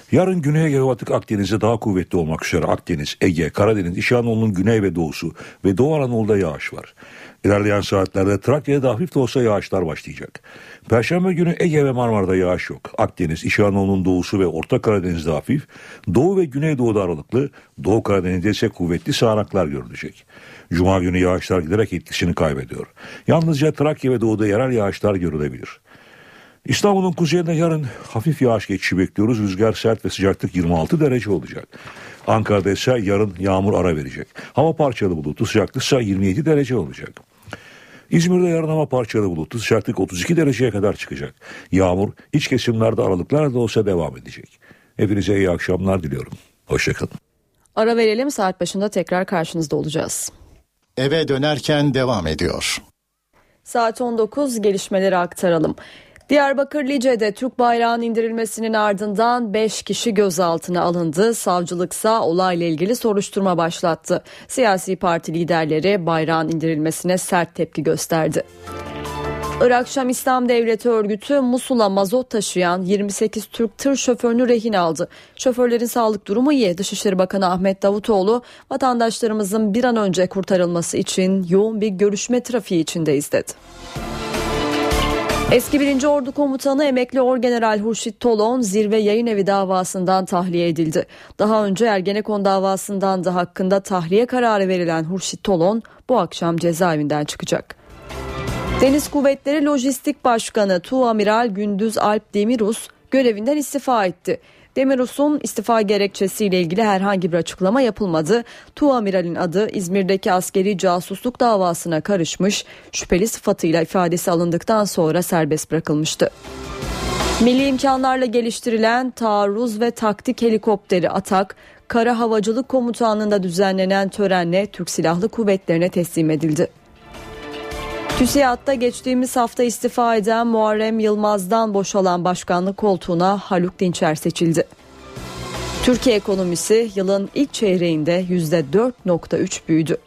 Yarın Güney Ege ve Batı Akdeniz'de daha kuvvetli olmak üzere Akdeniz, Ege, Karadeniz, İç Anadolu'nun güney ve doğusu ve Doğu Anadolu'da yağış var. İlerleyen saatlerde Trakya'da hafif de olsa yağışlar başlayacak. Perşembe günü Ege ve Marmara'da yağış yok. Akdeniz, İç Anadolu'nun doğusu ve Orta Karadeniz'de hafif, Doğu ve Güneydoğu'da aralıklı, Doğu Karadeniz'de ise kuvvetli sağanaklar görülecek. Cuma günü yağışlar giderek etkisini kaybediyor. Yalnızca Trakya ve Doğu'da yerel yağışlar görülebilir. İstanbul'un kuzeyinde yarın hafif yağış geçişi bekliyoruz. Rüzgar sert ve sıcaklık 26 derece olacak. Ankara'da ise yarın yağmur ara verecek. Hava parçalı bulutlu, sıcaklık ise 27 derece olacak. İzmir'de yarın hava parçalı bulutlu, sıcaklık 32 dereceye kadar çıkacak. Yağmur iç kesimlerde aralıklarla da olsa devam edecek. Hepinize iyi akşamlar diliyorum. Hoşçakalın. Ara verelim, saat başında tekrar karşınızda olacağız. Eve dönerken devam ediyor. Saat 19, gelişmeleri aktaralım. Diyarbakır Lice'de Türk bayrağının indirilmesinin ardından 5 kişi gözaltına alındı. Savcılıksa olayla ilgili soruşturma başlattı. Siyasi parti liderleri bayrağın indirilmesine sert tepki gösterdi. Irak Şam İslam Devleti örgütü Musul'a mazot taşıyan 28 Türk tır şoförünü rehin aldı. Şoförlerin sağlık durumu iyi. Dışişleri Bakanı Ahmet Davutoğlu, vatandaşlarımızın bir an önce kurtarılması için yoğun bir görüşme trafiği içindeyiz dedi. Eski 1. Ordu Komutanı Emekli Orgeneral Hurşit Tolon zirve yayın evi davasından tahliye edildi. Daha önce Ergenekon davasından da hakkında tahliye kararı verilen Hurşit Tolon bu akşam cezaevinden çıkacak. Deniz Kuvvetleri Lojistik Başkanı Tuamiral Gündüz Alp Demirus görevinden istifa etti. Demirus'un istifa gerekçesiyle ilgili herhangi bir açıklama yapılmadı. Tuamiral'in adı İzmir'deki askeri casusluk davasına karışmış, şüpheli sıfatıyla ifadesi alındıktan sonra serbest bırakılmıştı. Milli imkanlarla geliştirilen taarruz ve taktik helikopteri Atak, Kara Havacılık Komutanlığı'nda düzenlenen törenle Türk Silahlı Kuvvetleri'ne teslim edildi. TÜSİAD'da geçtiğimiz hafta istifa eden Muharrem Yılmaz'dan boşalan başkanlık koltuğuna Haluk Dinçer seçildi. Türkiye ekonomisi yılın ilk çeyreğinde %4.3 büyüdü.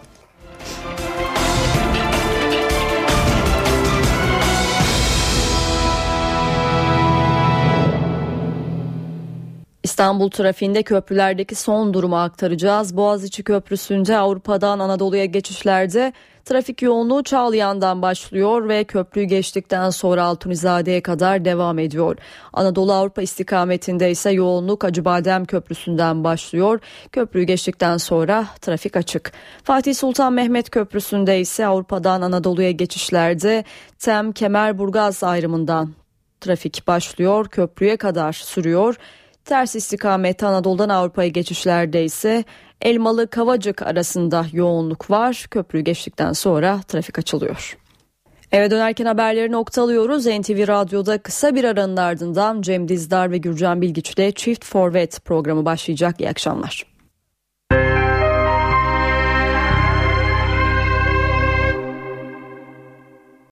İstanbul trafiğinde köprülerdeki son durumu aktaracağız. Boğaziçi Köprüsü'nde Avrupa'dan Anadolu'ya geçişlerde trafik yoğunluğu Çağlayan'dan başlıyor ve köprüyü geçtikten sonra Altunizade'ye kadar devam ediyor. Anadolu Avrupa istikametinde ise yoğunluk Acıbadem Köprüsü'nden başlıyor. Köprüyü geçtikten sonra trafik açık. Fatih Sultan Mehmet Köprüsü'nde ise Avrupa'dan Anadolu'ya geçişlerde Tem-Kemerburgaz ayrımından trafik başlıyor. Köprüye kadar sürüyor. Ters istikamette Anadolu'dan Avrupa'ya geçişlerde ise Elmalı-Kavacık arasında yoğunluk var. Köprüyü geçtikten sonra trafik açılıyor. Eve dönerken haberleri noktalıyoruz. NTV Radyo'da kısa bir aranın ardından Cem Dizdar ve Gürcan Bilgiç'le Çift Forvet programı başlayacak. İyi akşamlar.